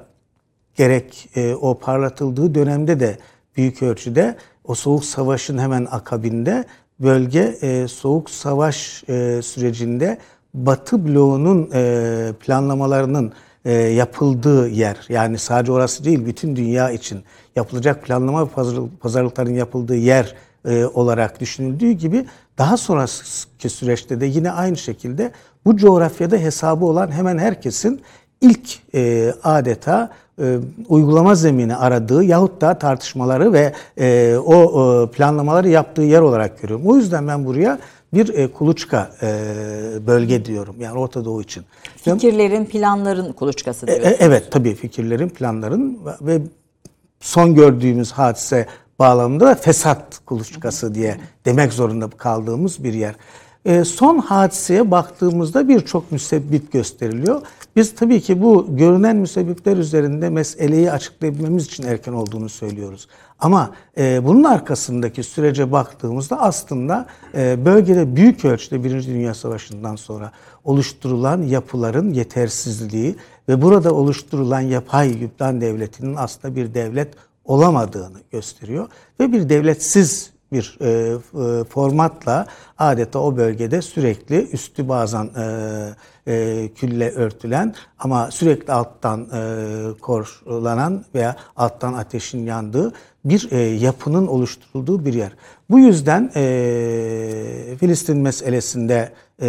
gerek o parlatıldığı dönemde de büyük ölçüde o Soğuk Savaş'ın hemen akabinde bölge Soğuk Savaş sürecinde Batı bloğunun planlamalarının yapıldığı yer. Yani sadece orası değil, bütün dünya için yapılacak planlama ve pazarlıkların yapıldığı yer olarak düşünüldüğü gibi daha sonraki süreçte de yine aynı şekilde bu coğrafyada hesabı olan hemen herkesin ilk e, adeta e, uygulama zemini aradığı yahut da tartışmaları ve e, o e, planlamaları yaptığı yer olarak görüyorum. O yüzden ben buraya bir e, kuluçka e, bölge diyorum, yani Orta Doğu için. Fikirlerin, planların kuluçkası diyorsunuz. E, evet, tabii fikirlerin, planların ve son gördüğümüz hadise bağlamında da fesat kuluçkası diye demek zorunda kaldığımız bir yer. E, son hadiseye baktığımızda birçok müsebbip gösteriliyor. Biz tabii ki bu görünen müsebbipler üzerinde meseleyi açıklayabilmemiz için erken olduğunu söylüyoruz. Ama e, bunun arkasındaki sürece baktığımızda aslında e, bölgede büyük ölçüde Birinci Dünya Savaşı'ndan sonra oluşturulan yapıların yetersizliği ve burada oluşturulan yapay Lübnan Devleti'nin aslında bir devlet olamadığını gösteriyor ve bir devletsiz bir e, e, formatla adeta o bölgede sürekli üstü bazen e, e, külle örtülen ama sürekli alttan e, korlanan veya alttan ateşin yandığı bir e, yapının oluşturulduğu bir yer. Bu yüzden e, Filistin meselesinde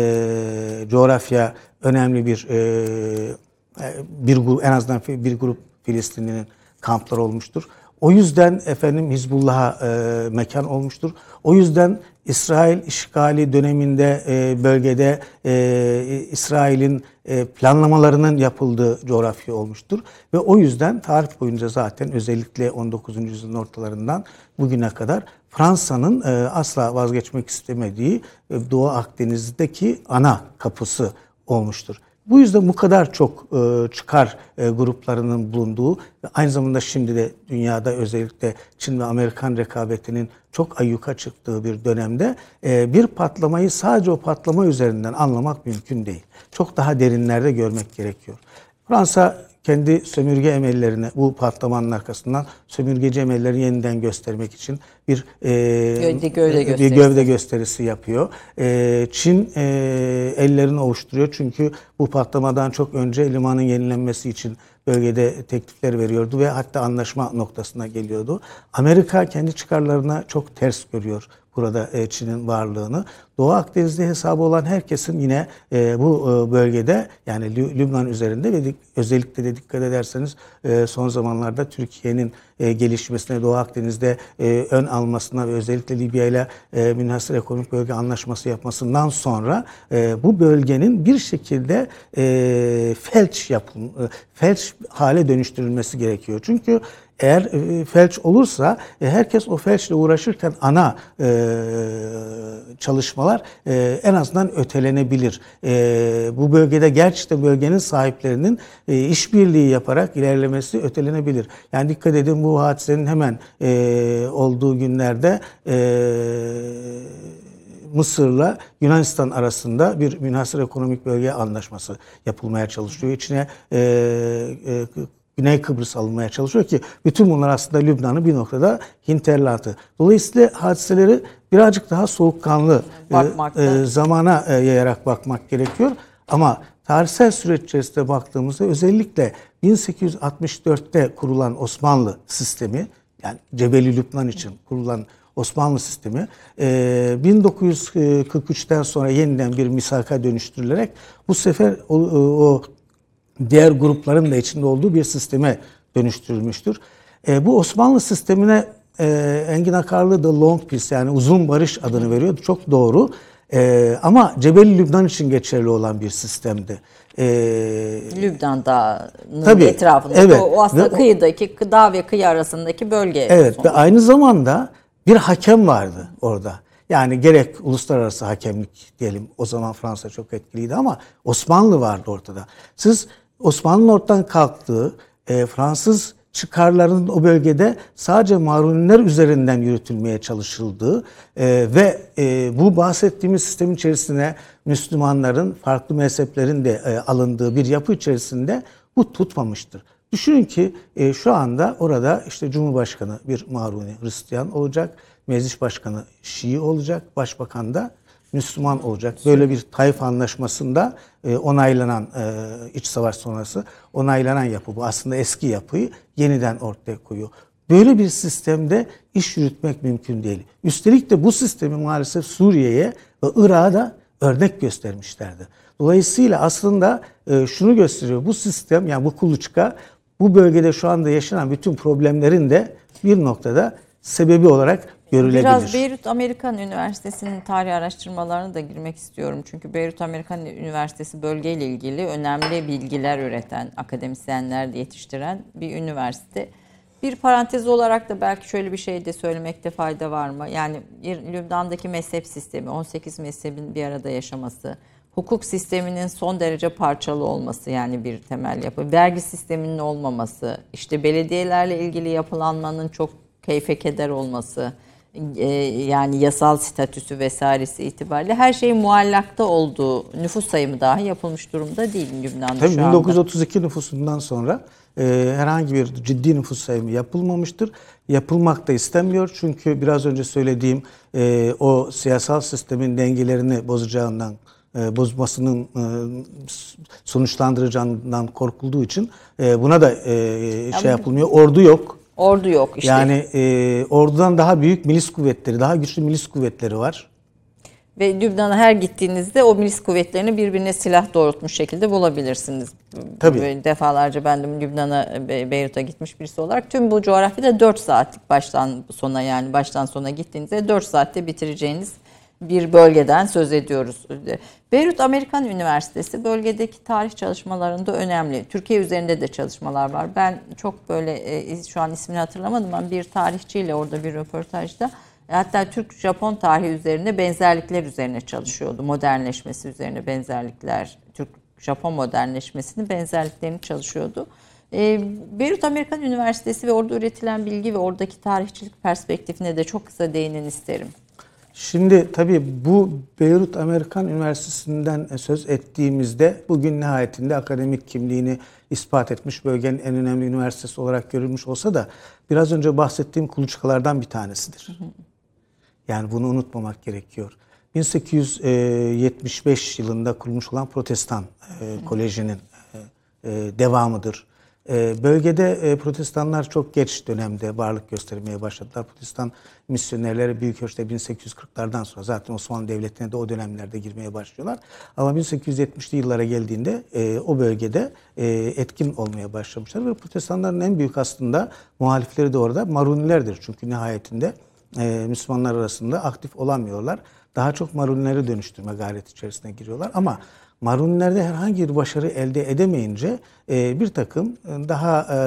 e, coğrafya önemli bir e, bir grup, en azından bir grup Filistinli'nin kampları olmuştur. O yüzden efendim Hizbullah'a e, mekan olmuştur. O yüzden İsrail işgali döneminde e, bölgede e, İsrail'in e, planlamalarının yapıldığı coğrafya olmuştur. Ve o yüzden tarih boyunca zaten özellikle on dokuzuncu yüzyılın ortalarından bugüne kadar Fransa'nın e, asla vazgeçmek istemediği e, Doğu Akdeniz'deki ana kapısı olmuştur. Bu yüzden bu kadar çok e, çıkar e, gruplarının bulunduğu ve aynı zamanda şimdi de dünyada özellikle Çin ve Amerikan rekabetinin çok ayyuka çıktığı bir dönemde e, bir patlamayı sadece o patlama üzerinden anlamak mümkün değil. Çok daha derinlerde görmek gerekiyor. Fransa kendi sömürge emellerini bu patlamanın arkasından sömürgeci emellerini yeniden göstermek için bir e, gövde, gövde, bir gösterisi. gövde gösterisi yapıyor. E, Çin e, ellerini ovuşturuyor çünkü bu patlamadan çok önce limanın yenilenmesi için bölgede teklifler veriyordu ve hatta anlaşma noktasına geliyordu. Amerika kendi çıkarlarına çok ters görüyor burada Çin'in varlığını. Doğu Akdeniz'de hesabı olan herkesin yine bu bölgede yani Lübnan üzerinde ve özellikle de dikkat ederseniz son zamanlarda Türkiye'nin gelişmesine, Doğu Akdeniz'de ön almasına ve özellikle Libya ile münhasır ekonomik bölge anlaşması yapmasından sonra bu bölgenin bir şekilde felç yapım, felç hale dönüştürülmesi gerekiyor. Çünkü eğer e, felç olursa e, herkes o felçle uğraşırken ana e, çalışmalar e, en azından ötelenebilir. E, bu bölgede gerçekten bölgenin sahiplerinin e, işbirliği yaparak ilerlemesi ötelenebilir. Yani dikkat edin bu hadisenin hemen e, olduğu günlerde e, Mısır'la Yunanistan arasında bir münhasır ekonomik bölge anlaşması yapılmaya çalışıyor. İçine e, e, Güney Kıbrıs alınmaya çalışıyor ki bütün bunlar aslında Lübnan'ın bir noktada hinterlatı. Dolayısıyla hadiseleri birazcık daha soğukkanlı e, e, zamana e, yayarak bakmak gerekiyor. Ama tarihsel süreç içerisinde baktığımızda özellikle bin sekiz yüz altmış dörtte kurulan Osmanlı sistemi, yani Cebeli Lübnan için kurulan Osmanlı sistemi bin dokuz yüz kırk üçten sonra yeniden bir misaka dönüştürülerek bu sefer o, o diğer grupların da içinde olduğu bir sisteme dönüştürülmüştür. E, bu Osmanlı sistemine e, Engin Akarlı da Long Peace yani uzun barış adını veriyordu. Çok doğru. E, ama Cebeli Lübnan için geçerli olan bir sistemdi. E, Lübnan Dağı'nın tabii, etrafında. Evet. O, o aslında ve kıyıdaki, dağ ve kıyı arasındaki bölge. Evet sonuçta. ve aynı zamanda bir hakem vardı orada. Yani gerek uluslararası hakemlik diyelim, o zaman Fransa çok etkiliydi ama Osmanlı vardı ortada. Siz Osmanlı'nın ortadan kalktığı, e, Fransız çıkarlarının o bölgede sadece Maruniler üzerinden yürütülmeye çalışıldığı e, ve e, bu bahsettiğimiz sistemin içerisine Müslümanların, farklı mezheplerin de e, alındığı bir yapı içerisinde bu tutmamıştır. Düşünün ki e, şu anda orada işte Cumhurbaşkanı bir Maruni Hristiyan olacak, Meclis Başkanı Şii olacak, Başbakan da Müslüman olacak. Böyle bir Taif Anlaşması'nda e, onaylanan e, iç savaş sonrası onaylanan yapı bu. Aslında eski yapıyı yeniden ortaya koyuyor. Böyle bir sistemde iş yürütmek mümkün değil. Üstelik de bu sistemi maalesef Suriye'ye ve Irak'a da örnek göstermişlerdi. Dolayısıyla aslında e, şunu gösteriyor. Bu sistem yani bu kuluçka bu bölgede şu anda yaşanan bütün problemlerin de bir noktada sebebi olarak görülebilir. Biraz Beyrut Amerikan Üniversitesi'nin tarih araştırmalarına da girmek istiyorum. Çünkü Beyrut Amerikan Üniversitesi bölgeyle ilgili önemli bilgiler üreten, akademisyenler de yetiştiren bir üniversite. Bir parantez olarak da belki şöyle bir şey de söylemekte fayda var mı? Yani Lübnan'daki mezhep sistemi, on sekiz mezhebin bir arada yaşaması, hukuk sisteminin son derece parçalı olması yani bir temel yapı, vergi sisteminin olmaması, işte belediyelerle ilgili yapılanmanın çok keyfe keder olması, yani yasal statüsü vesairesi itibariyle her şeyin muallakta olduğu, nüfus sayımı dahi yapılmış durumda değil Lübnan'da Tabii şu anda. bin dokuz yüz otuz iki nüfusundan sonra e, herhangi bir ciddi nüfus sayımı yapılmamıştır. Yapılmak da istenmiyor çünkü biraz önce söylediğim e, o siyasal sistemin dengelerini bozacağından, e, bozmasının e, sonuçlandıracağından korkulduğu için e, buna da e, şey yapılmıyor. Ordu yok. Ordu yok işte. Yani e, ordudan daha büyük milis kuvvetleri, daha güçlü milis kuvvetleri var. Ve Lübnan'a her gittiğinizde o milis kuvvetlerini birbirine silah doğrultmuş şekilde bulabilirsiniz. Tabii. Böyle defalarca ben de Lübnan'a, Beyrut'a gitmiş birisi olarak tüm bu coğrafyada dört saatlik baştan sona yani baştan sona gittiğinizde dört saatte bitireceğiniz bir bölgeden söz ediyoruz. Beyrut Amerikan Üniversitesi bölgedeki tarih çalışmalarında önemli. Türkiye üzerinde de çalışmalar var. Ben çok böyle şu an ismini hatırlamadım ama bir tarihçiyle orada bir röportajda hatta Türk-Japon tarihi üzerine benzerlikler üzerine çalışıyordu. Modernleşmesi üzerine benzerlikler, Türk Japon modernleşmesinin benzerliklerini çalışıyordu. E, Beyrut Amerikan Üniversitesi ve orada üretilen bilgi ve oradaki tarihçilik perspektifine de çok kısa değinin isterim. Şimdi tabii bu Beyrut Amerikan Üniversitesi'nden söz ettiğimizde bugün nihayetinde akademik kimliğini ispat etmiş, bölgenin en önemli üniversitesi olarak görülmüş olsa da biraz önce bahsettiğim kuluçkalardan bir tanesidir. Yani bunu unutmamak gerekiyor. bin sekiz yüz yetmiş beş yılında kurulmuş olan Protestan Koleji'nin devamıdır. Bölgede Protestanlar çok geç dönemde varlık göstermeye başladılar. Protestan misyonerleri büyük ölçüde bin sekiz yüz kırklardan sonra zaten Osmanlı Devleti'ne de o dönemlerde girmeye başlıyorlar. Ama bin sekiz yüz yetmişli yıllara geldiğinde o bölgede etkin olmaya başlamışlar. Ve Protestanların en büyük aslında muhalifleri de orada Marunilerdir. Çünkü nihayetinde Müslümanlar arasında aktif olamıyorlar. Daha çok Marunileri dönüştürme gayreti içerisine giriyorlar. Ama Marunilerde herhangi bir başarı elde edemeyince e, bir takım daha e,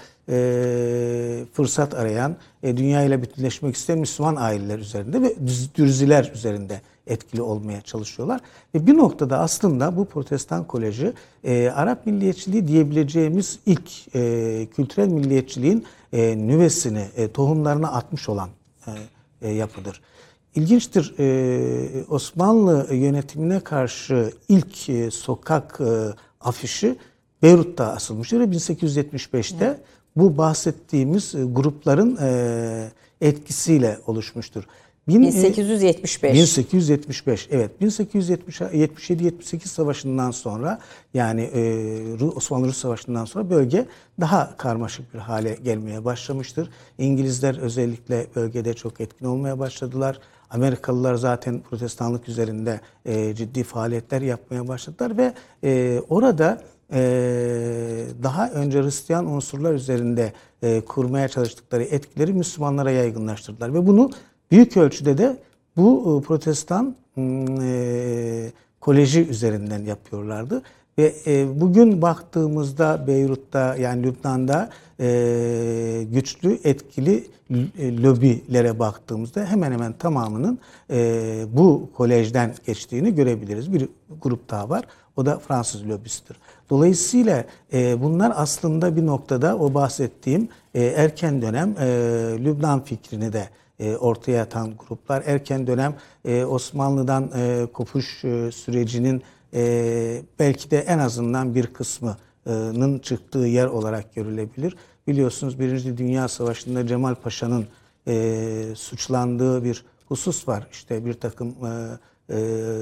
e, fırsat arayan, e, dünya ile bütünleşmek isteyen Müslüman aileler üzerinde ve dürziler üzerinde etkili olmaya çalışıyorlar. Ve bir noktada aslında bu Protestan Koleji e, Arap milliyetçiliği diyebileceğimiz ilk e, kültürel milliyetçiliğin e, nüvesini, e, tohumlarını atmış olan e, e, yapıdır. İlginçtir, e, Osmanlı yönetimine karşı ilk e, sokak e, afişi Beyrut'ta asılmıştır ve bin sekiz yüz yetmiş beşte evet. bu bahsettiğimiz e, grupların e, etkisiyle oluşmuştur. bin sekiz yüz yetmiş beş. bin sekiz yüz yetmiş beş, evet. bin sekiz yüz yetmiş yedi yetmiş sekiz savaşından sonra, yani e, Osmanlı-Rus Savaşı'ndan sonra bölge daha karmaşık bir hale gelmeye başlamıştır. İngilizler özellikle bölgede çok etkin olmaya başladılar. Amerikalılar zaten Protestanlık üzerinde e, ciddi faaliyetler yapmaya başladılar ve e, orada e, daha önce Hristiyan unsurlar üzerinde e, kurmaya çalıştıkları etkileri Müslümanlara yaygınlaştırdılar ve bunu büyük ölçüde de bu Protestan e, koleji üzerinden yapıyorlardı. Ve e, bugün baktığımızda Beyrut'ta, yani Lübnan'da e, güçlü, etkili lobilere baktığımızda hemen hemen tamamının e, bu kolejden geçtiğini görebiliriz. Bir grup daha var. O da Fransız lobisidir. Dolayısıyla e, bunlar aslında bir noktada o bahsettiğim e, erken dönem e, Lübnan fikrini de e, ortaya atan gruplar. Erken dönem e, Osmanlı'dan e, kopuş e, sürecinin e, belki de en azından bir kısmının çıktığı yer olarak görülebilir. Biliyorsunuz Birinci Dünya Savaşı'nda Cemal Paşa'nın e, suçlandığı bir husus var. İşte bir takım e, e,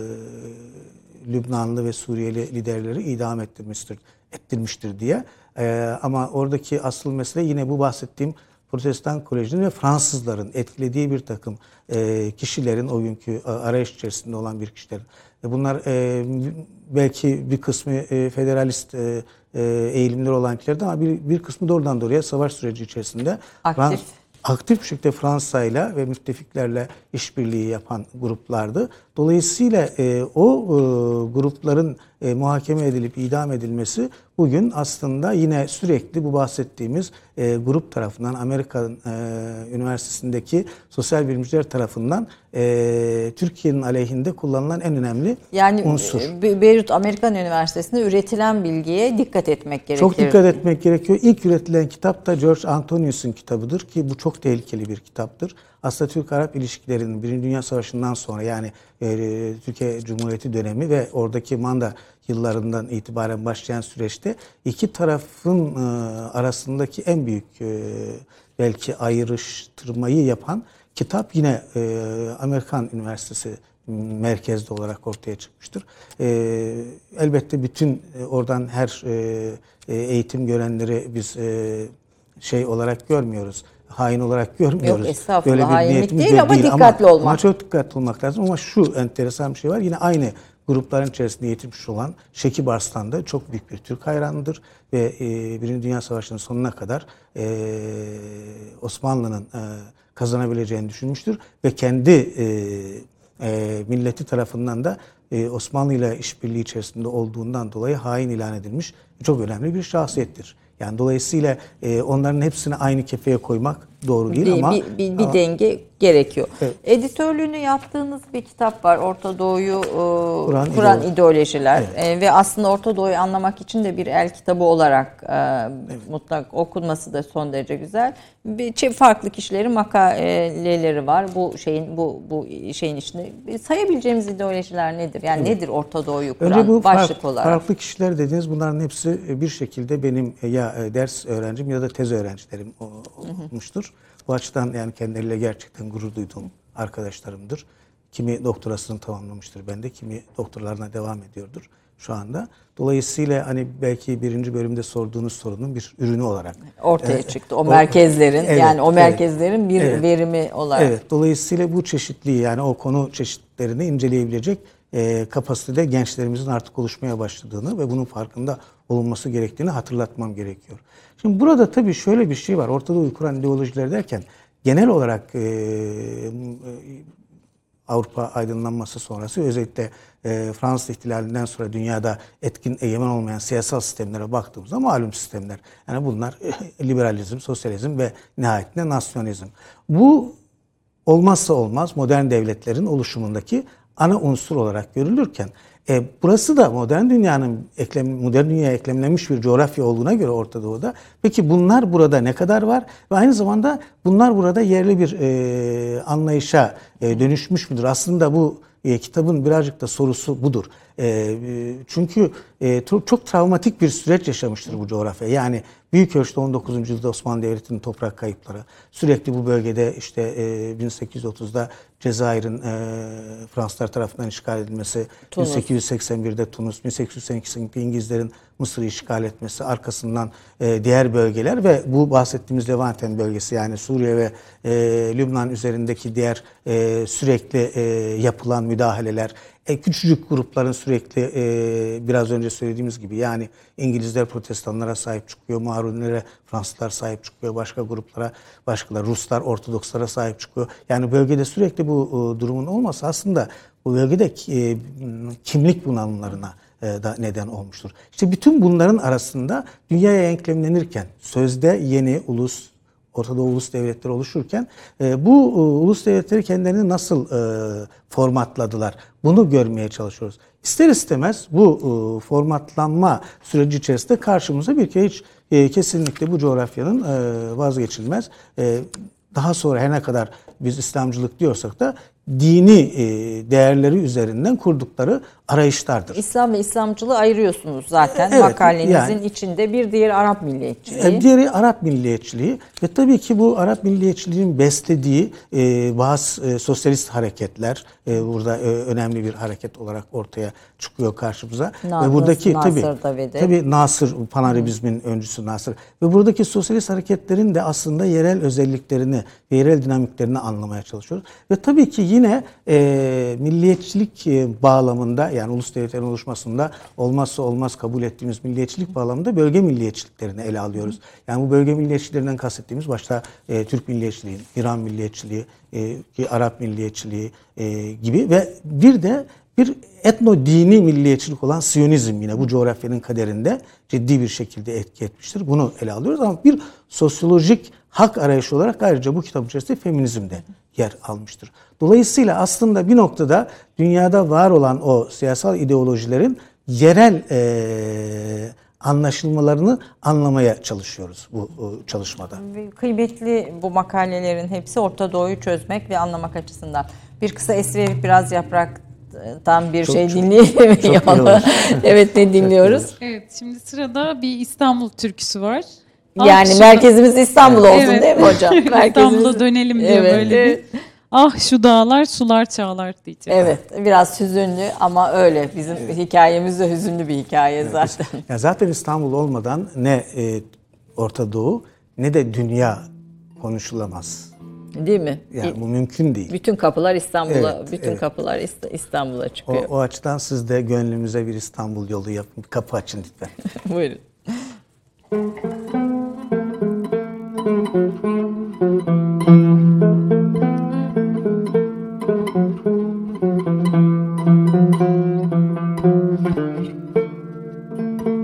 Lübnanlı ve Suriyeli liderleri idam ettirmiştir, ettirmiştir diye. E, ama oradaki asıl mesele yine bu bahsettiğim Protestan Koleji'nin ve Fransızların etkilediği bir takım e, kişilerin, o günkü arayış içerisinde olan bir kişilerin. E, bunlar e, belki bir kısmı e, federalist e, e, eğilimleri olan kişilerdi ama bir, bir kısmı doğrudan doğruya savaş süreci içerisinde aktif. aktif bir şekilde Fransa'yla ve müttefiklerle işbirliği yapan gruplardı. Dolayısıyla e, o e, grupların e, muhakeme edilip idam edilmesi bugün aslında yine sürekli bu bahsettiğimiz e, grup tarafından, Amerika e, Üniversitesi'ndeki sosyal bilimciler tarafından e, Türkiye'nin aleyhinde kullanılan en önemli yani, unsur. Yani Beyrut Amerikan Üniversitesi'nde üretilen bilgiye dikkat etmek gerekiyor. Çok dikkat etmek gerekiyor. İlk üretilen kitap da George Antonius'un kitabıdır ki bu çok tehlikeli bir kitaptır. Aslında Türk-Arap ilişkilerinin Birinci Dünya Savaşı'ndan sonra, yani e, Türkiye Cumhuriyeti dönemi ve oradaki Manda yıllarından itibaren başlayan süreçte iki tarafın e, arasındaki en büyük e, belki ayrıştırmayı yapan kitap yine e, Amerikan Üniversitesi merkezde olarak ortaya çıkmıştır. E, elbette bütün e, oradan her e, eğitim görenleri biz e, şey olarak görmüyoruz. Hain olarak görmüyoruz. Yok estağfurullah, hainlik değil, değil ama dikkatli ama, olmak. Ama çok dikkatli olmak lazım. Ama şu enteresan bir şey var. Yine aynı grupların içerisinde yetişmiş olan Şekip Arslan da çok büyük bir Türk hayranıdır. Ve e, Birinci Dünya Savaşı'nın sonuna kadar e, Osmanlı'nın e, kazanabileceğini düşünmüştür. Ve kendi e, e, milleti tarafından da e, Osmanlı ile işbirliği içerisinde olduğundan dolayı hain ilan edilmiş çok önemli bir şahsiyettir. Yani dolayısıyla e, onların hepsini aynı kefeye koymak doğru değil bir, ama bir, bir, bir ama, denge gerekiyor. Evet. Editörlüğünü yaptığınız bir kitap var. Orta Doğu'yu e, Kuran kuran ideoloji. ideolojiler. Evet. E, ve aslında Orta Doğu'yu anlamak için de bir el kitabı olarak e, evet. mutlak okunması da son derece güzel. Bir çe- farklı kişilerin makaleleri var. Bu şeyin bu bu şeyin içinde sayabileceğimiz ideolojiler nedir? Yani evet. nedir Orta Doğu'yu kuran Önce bu başlık fark, olarak? Farklı kişiler dediğiniz bunların hepsi bir şekilde benim ya ders öğrencim ya da tez öğrencilerim olmuştur. Bu açıdan yani kendileriyle gerçekten gurur duyduğum arkadaşlarımdır. Kimi doktorasını tamamlamıştır bende, kimi doktorlarına devam ediyordur şu anda. Dolayısıyla hani belki birinci bölümde sorduğunuz sorunun bir ürünü olarak ortaya e, çıktı. O merkezlerin evet, yani o merkezlerin evet, bir evet, verimi olarak. Evet. Dolayısıyla bu çeşitliliği yani o konu çeşitlerini inceleyebilecek e, kapasitede gençlerimizin artık oluşmaya başladığını ve bunun farkında olunması gerektiğini hatırlatmam gerekiyor. Şimdi burada tabii şöyle bir şey var. Orta Doğu'yu kuran ideolojiler derken genel olarak e, Avrupa aydınlanması sonrası özellikle e, Fransız ihtilalinden sonra dünyada etkin egemen olmayan siyasal sistemlere baktığımızda malum sistemler. Yani bunlar e, liberalizm, sosyalizm ve nihayetinde nasyonalizm. Bu olmazsa olmaz modern devletlerin oluşumundaki ana unsur olarak görülürken e, burası da modern dünyanın eklem, modern dünyaya eklemlenmiş bir coğrafya olduğuna göre Orta Doğu'da. Peki bunlar burada ne kadar var ve aynı zamanda bunlar burada yerli bir e, anlayışa e, dönüşmüş müdür? Aslında bu e, kitabın birazcık da sorusu budur. E, çünkü e, çok, çok travmatik bir süreç yaşamıştır bu coğrafya. Yani büyük ölçüde on dokuzuncu yüzyılda Osmanlı Devleti'nin toprak kayıpları, sürekli bu bölgede işte e, bin sekiz yüz otuzda Cezayir'in e, Fransızlar tarafından işgal edilmesi, Tunus. bin sekiz yüz seksen birde Tunus, bin sekiz yüz seksen ikide İngilizlerin Mısır'ı işgal etmesi, arkasından e, diğer bölgeler ve bu bahsettiğimiz Levanten bölgesi yani Suriye ve e, Lübnan üzerindeki diğer e, sürekli e, yapılan müdahaleler, e, küçücük grupların sürekli e, biraz önce söylediğimiz gibi yani İngilizler protestanlara sahip çıkıyor, Marunilere Fransızlar sahip çıkıyor, başka gruplara, başkaları Ruslar Ortodokslara sahip çıkıyor. Yani bölgede sürekli bu e, durumun olması aslında bu bölgede e, kimlik bunalımlarına da neden olmuştur. İşte bütün bunların arasında dünyaya enklemlenirken, sözde yeni ulus, Orta Doğu ulus devletleri oluşurken bu ulus devletleri kendilerini nasıl formatladılar? Bunu görmeye çalışıyoruz. İster istemez bu formatlanma süreci içerisinde karşımıza bir kere hiç kesinlikle bu coğrafyanın vazgeçilmez, daha sonra her ne kadar biz İslamcılık diyorsak da dini değerleri üzerinden kurdukları arayışlardır. İslam ve İslamcılığı ayırıyorsunuz zaten evet, makalenizin yani, içinde. Bir diğeri Arap milliyetçiliği. Diğeri Arap milliyetçiliği ve tabii ki bu Arap milliyetçiliğinin beslediği e, bazı e, sosyalist hareketler e, burada e, önemli bir hareket olarak ortaya çıkıyor karşımıza. Na, ve buradaki Nasır tabii Davide. tabii Nasır Panarabizmin hmm. öncüsü Nasır ve buradaki sosyalist hareketlerin de aslında yerel özelliklerini, yerel dinamiklerini anlamaya çalışıyoruz. Ve tabii ki yine e, milliyetçilik e, bağlamında yani ulus devletlerin oluşmasında olmazsa olmaz kabul ettiğimiz milliyetçilik bağlamında bölge milliyetçiliklerini ele alıyoruz. Yani bu bölge milliyetçiliklerinden kastettiğimiz başta e, Türk milliyetçiliği, İran milliyetçiliği, e, Arap milliyetçiliği e, gibi ve bir de bir etno-dini milliyetçilik olan Siyonizm yine bu coğrafyanın kaderinde ciddi bir şekilde etki etmiştir. Bunu ele alıyoruz ama bir sosyolojik hak arayışı olarak ayrıca bu kitap içerisinde feminizm de yer almıştır. Dolayısıyla aslında bir noktada dünyada var olan o siyasal ideolojilerin yerel e, anlaşılmalarını anlamaya çalışıyoruz bu çalışmada. Kıymetli bu makalelerin hepsi Orta Doğu'yu çözmek ve anlamak açısından. Bir kısa es verip biraz Yaprak'tan bir çok, şey dinleyelim. Evet, ne dinliyoruz? Evet, şimdi sırada bir İstanbul türküsü var. Yani ah, merkezimiz İstanbul olsun evet. Değil mi hocam? İstanbul'a dönelim diye evet, böyle evet. bir ah şu dağlar sular çağlar diyeceğiz. Evet, biraz hüzünlü ama öyle. Bizim evet. hikayemiz de hüzünlü bir hikaye evet. zaten. Ya zaten İstanbul olmadan ne e, Orta Doğu ne de dünya konuşulamaz. Değil mi? Yani bu mümkün değil. Bütün kapılar İstanbul'a, evet, bütün evet. kapılar İstanbul'a çıkıyor. O, o açıdan siz de gönlümüze bir İstanbul yolu yapın. Kapı açın lütfen. Buyurun.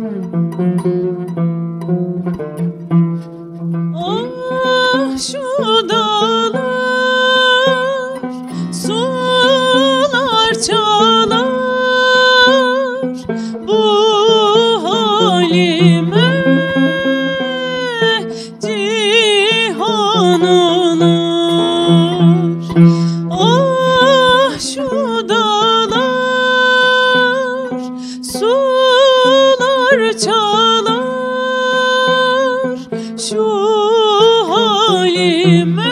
Ah şu halime cihan olur. Ah şu dağlar sular çalar, şu halime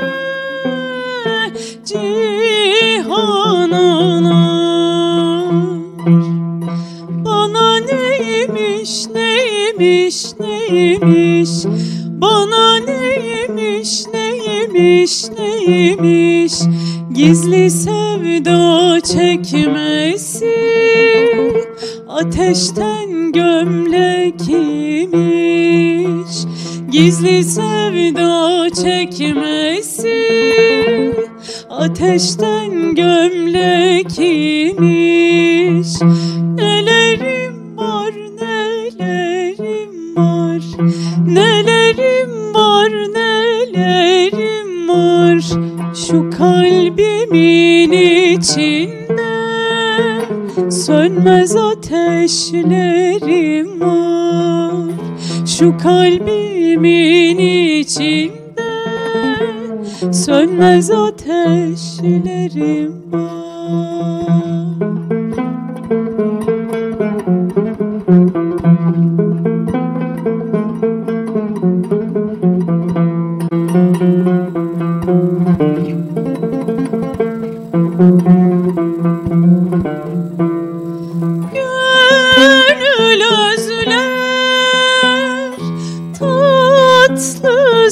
cihan olur. Bana neymiş neymiş neymiş, bana neymiş neymiş neymiş, gizli sevda çekmesi, ateşten gömlek imiş. Gizli sevda çekmesi, ateşten gömlek imiş. Nelerim var, nelerim var, nelerim var, nelerim var. Şu kalbimin içinde sönmez ateşlerim var. Şu kalbimin içinde sönmez ateşlerim var. Gönül özler, tatlı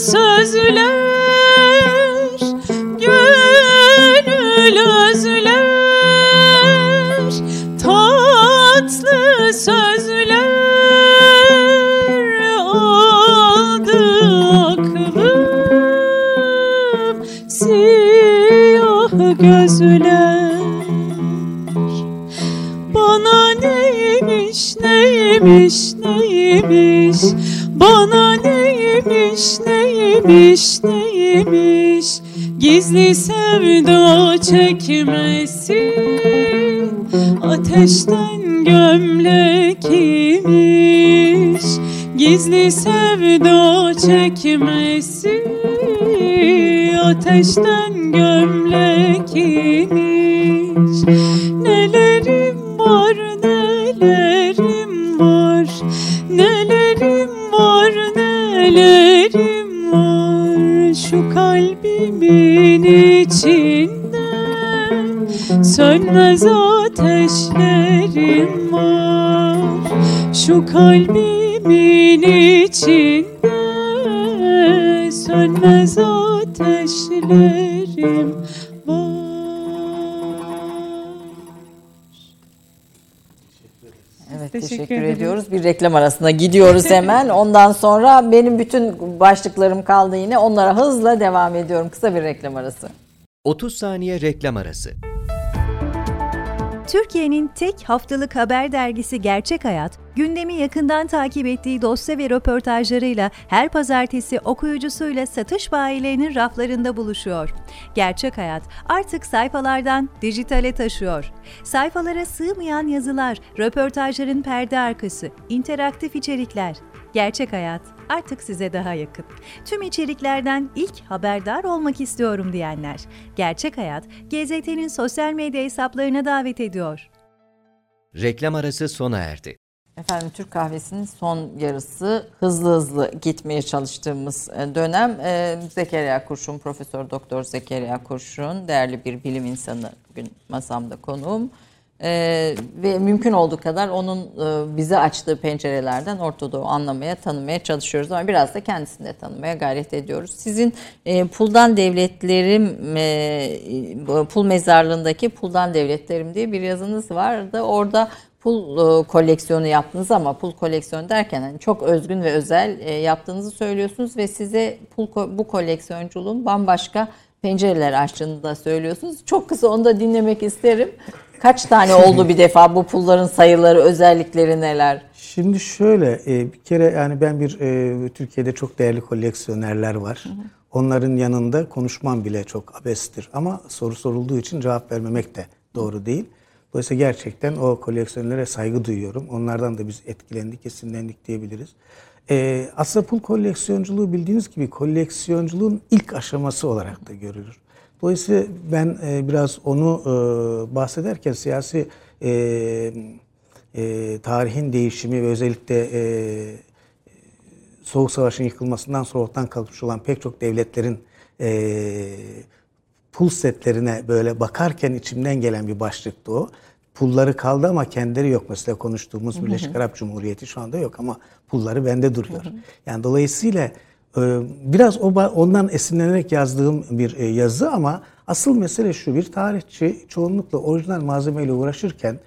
sözler, gönül özler, tatlı sözler, aldı aklım siyah gözler. Bana neymiş neymiş neymiş, bana neymiş neymiş neymiş, gizli sevda çekmesi, ateşten gömlek imiş. Gizli sevda çekmesi, ateşten gömlek imiş. Nelerim var, nelerim var, nelerim var, nelerim var. Şu kalbimin içinde sönmez ateşlerim var. Şu kalbimin içinde sönmez ateşlerim var. Evet, Teşekkür teşekkür, ederim. ediyoruz. Bir reklam arasına gidiyoruz hemen. Ondan sonra benim bütün başlıklarım kaldı yine. Onlara hızla devam ediyorum. Kısa bir reklam arası. otuz saniye reklam arası. Türkiye'nin tek haftalık haber dergisi Gerçek Hayat, gündemi yakından takip ettiği dosya ve röportajlarıyla her pazartesi okuyucusuyla satış bayilerinin raflarında buluşuyor. Gerçek Hayat artık sayfalardan dijitale taşıyor. Sayfalara sığmayan yazılar, röportajların perde arkası, interaktif içerikler. Gerçek Hayat artık size daha yakın. Tüm içeriklerden ilk haberdar olmak istiyorum diyenler. Gerçek Hayat, G Z T'nin sosyal medya hesaplarına davet ediyor. Reklam arası sona erdi. Efendim, Türk kahvesinin son yarısı, hızlı hızlı gitmeye çalıştığımız dönem. Zekeriya Kurşun, Profesör Doktor Zekeriya Kurşun, değerli bir bilim insanı bugün masamda konuğum. Ee, ve mümkün olduğu kadar onun e, bize açtığı pencerelerden Orta Doğu anlamaya, tanımaya çalışıyoruz ama biraz da kendisini de tanımaya gayret ediyoruz. Sizin e, Puldan Devletlerim, e, Pul Mezarlığındaki Puldan Devletlerim diye bir yazınız vardı. Orada pul e, koleksiyonu yaptınız ama pul koleksiyonu derken hani çok özgün ve özel e, yaptığınızı söylüyorsunuz ve size pul, bu koleksiyonculuğun bambaşka pencereler açtığını da söylüyorsunuz. Çok kısa onu da dinlemek isterim. Kaç tane oldu bir defa, bu pulların sayıları, özellikleri neler? Şimdi şöyle, bir kere yani ben bir Türkiye'de çok değerli koleksiyonerler var. Hı hı. Onların yanında konuşmam bile çok abestir ama soru sorulduğu için cevap vermemek de doğru değil. Dolayısıyla gerçekten o koleksiyonlara saygı duyuyorum. Onlardan da biz etkilendik, esinlendik diyebiliriz. Ee, aslında pul koleksiyonculuğu bildiğiniz gibi koleksiyonculuğun ilk aşaması olarak da görülür. Dolayısıyla ben e, biraz onu e, bahsederken siyasi e, e, tarihin değişimi ve özellikle e, Soğuk Savaş'ın yıkılmasından sonra ortadan kalkmış olan pek çok devletlerin e, pul setlerine böyle bakarken içimden gelen bir başlıktı o. Pulları kaldı ama kendileri yok. Mesela konuştuğumuz Birleşik Arap Cumhuriyeti şu anda yok ama pulları bende duruyor. Hı hı. Yani dolayısıyla e, biraz o ondan esinlenerek yazdığım bir e, yazı ama asıl mesele şu: bir tarihçi çoğunlukla orijinal malzemeyle uğraşırken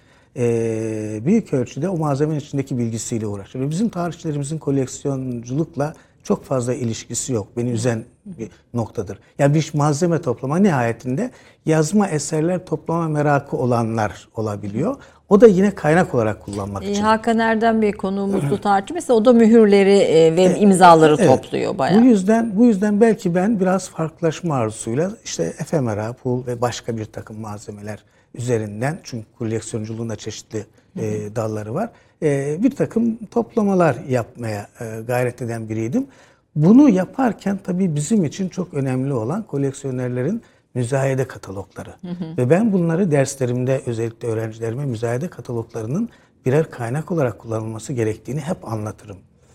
e, büyük ölçüde o malzemenin içindeki bilgisiyle uğraşır. Ve bizim tarihçilerimizin koleksiyonculukla çok fazla ilişkisi yok. Beni üzen bir noktadır. Yani bir malzeme toplama nihayetinde yazma eserler toplama merakı olanlar olabiliyor. O da yine kaynak olarak kullanmak e, için. Hakan Erdem Bey konuğumuzdu tarihçi. Mesela o da mühürleri e, ve evet, imzaları evet, topluyor bayağı. Bu yüzden bu yüzden belki ben biraz farklılaşma arzusuyla işte efemera, pul ve başka bir takım malzemeler üzerinden, çünkü koleksiyonculuğun da çeşitli e, dalları var. E, bir takım toplamalar yapmaya e, gayret eden biriydim. Bunu yaparken tabii bizim için çok önemli olan koleksiyonerlerin müzayede katalogları. Hı hı. Ve ben bunları derslerimde özellikle öğrencilerime müzayede kataloglarının birer kaynak olarak kullanılması gerektiğini hep anlatırım.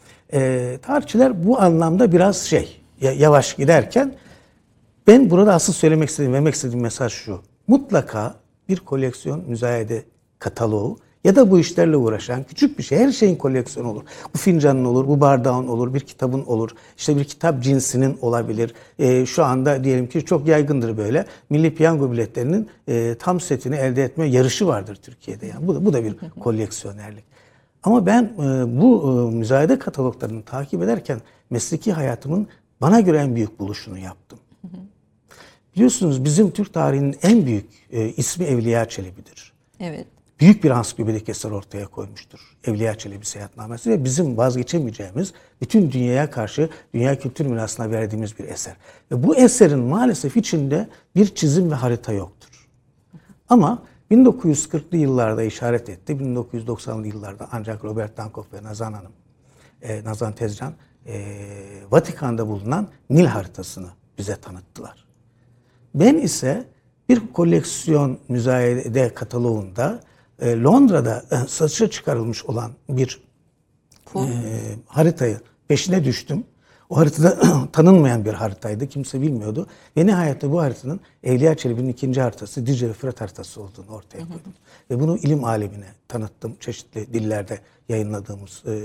E, tarihçiler bu anlamda biraz şey, yavaş giderken ben burada asıl söylemek istediğim, vermek istediğim mesaj şu: mutlaka bir koleksiyon müzayede kataloğu ya da bu işlerle uğraşan küçük bir şey, her şeyin koleksiyonu olur. Bu fincanın olur, bu bardağın olur, bir kitabın olur, işte bir kitap cinsinin olabilir. E, şu anda diyelim ki çok yaygındır böyle. Milli Piyango biletlerinin e, tam setini elde etme yarışı vardır Türkiye'de. Yani bu da, bu da bir koleksiyonerlik. Ama ben e, bu e, müzayede kataloglarını takip ederken mesleki hayatımın bana göre en büyük buluşunu yaptım. Biliyorsunuz bizim Türk tarihinin en büyük e, ismi Evliya Çelebi'dir. Evet. Büyük bir ansiklopedic eser ortaya koymuştur Evliya Çelebi Seyahatnamesi ve bizim vazgeçemeyeceğimiz, bütün dünyaya karşı dünya kültür mirasına verdiğimiz bir eser. Ve bu eserin maalesef içinde bir çizim ve harita yoktur. Ama bin dokuz yüz kırklı yıllarda işaret etti, bin dokuz yüz doksanlı yıllarda ancak Robert Dankoff ve Nazan Hanım, e, Nazan Tezcan, e, Vatikan'da bulunan Nil haritasını bize tanıttılar. Ben ise bir koleksiyon müzayede kataloğunda e, Londra'da e, satışa çıkarılmış olan bir e, haritayı peşine düştüm. O haritada tanınmayan bir haritaydı. Kimse bilmiyordu. Ve nihayette bu haritanın Evliya Çelebi'nin ikinci haritası, Dicle ve Fırat haritası olduğunu ortaya koydum. Hı hı. Ve bunu ilim alemine tanıttım. Çeşitli dillerde yayınladığımız e,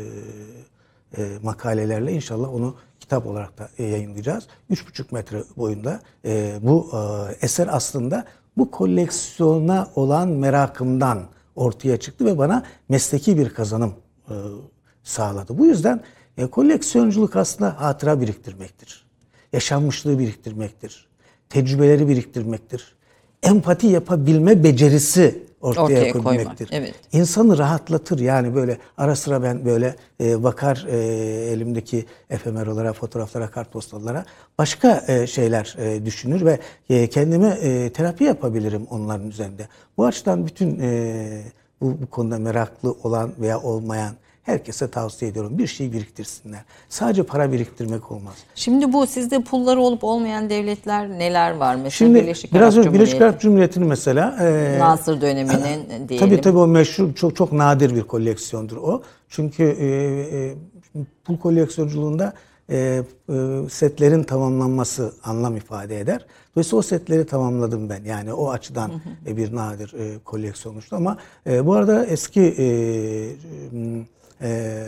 e, makalelerle inşallah onu kitap olarak da e, yayınlayacağız. Üç buçuk metre boyunda e, bu e, eser aslında bu koleksiyona olan merakımdan ortaya çıktı ve bana mesleki bir kazanım e, sağladı. Bu yüzden e, koleksiyonculuk aslında hatıra biriktirmektir. Yaşanmışlığı biriktirmektir. Tecrübeleri biriktirmektir. Empati yapabilme becerisi ortaya, ortaya koymaktir. Evet. İnsanı rahatlatır. Yani böyle ara sıra ben böyle e, bakar e, elimdeki efemerolara, fotoğraflara, kartpostallara başka e, şeyler e, düşünür ve e, kendime e, terapi yapabilirim onların üzerinde. Bu açıdan bütün e, bu, bu konuda meraklı olan veya olmayan herkese tavsiye ediyorum. Bir şey biriktirsinler. Sadece para biriktirmek olmaz. Şimdi bu sizde pulları olup olmayan devletler neler var? Mesela Şimdi Birleşik biraz Arap önce Birleşik Arap Cumhuriyeti'nin mesela e, Nasır döneminin e, diyelim. Tabii tabii o meşhur, çok çok nadir bir koleksiyondur o. Çünkü e, e, pul koleksiyonculuğunda e, e, setlerin tamamlanması anlam ifade eder. Dolayısıyla o setleri tamamladım ben. Yani o açıdan hı hı. bir nadir e, koleksiyon oluştu. Ama e, bu arada eski e, e,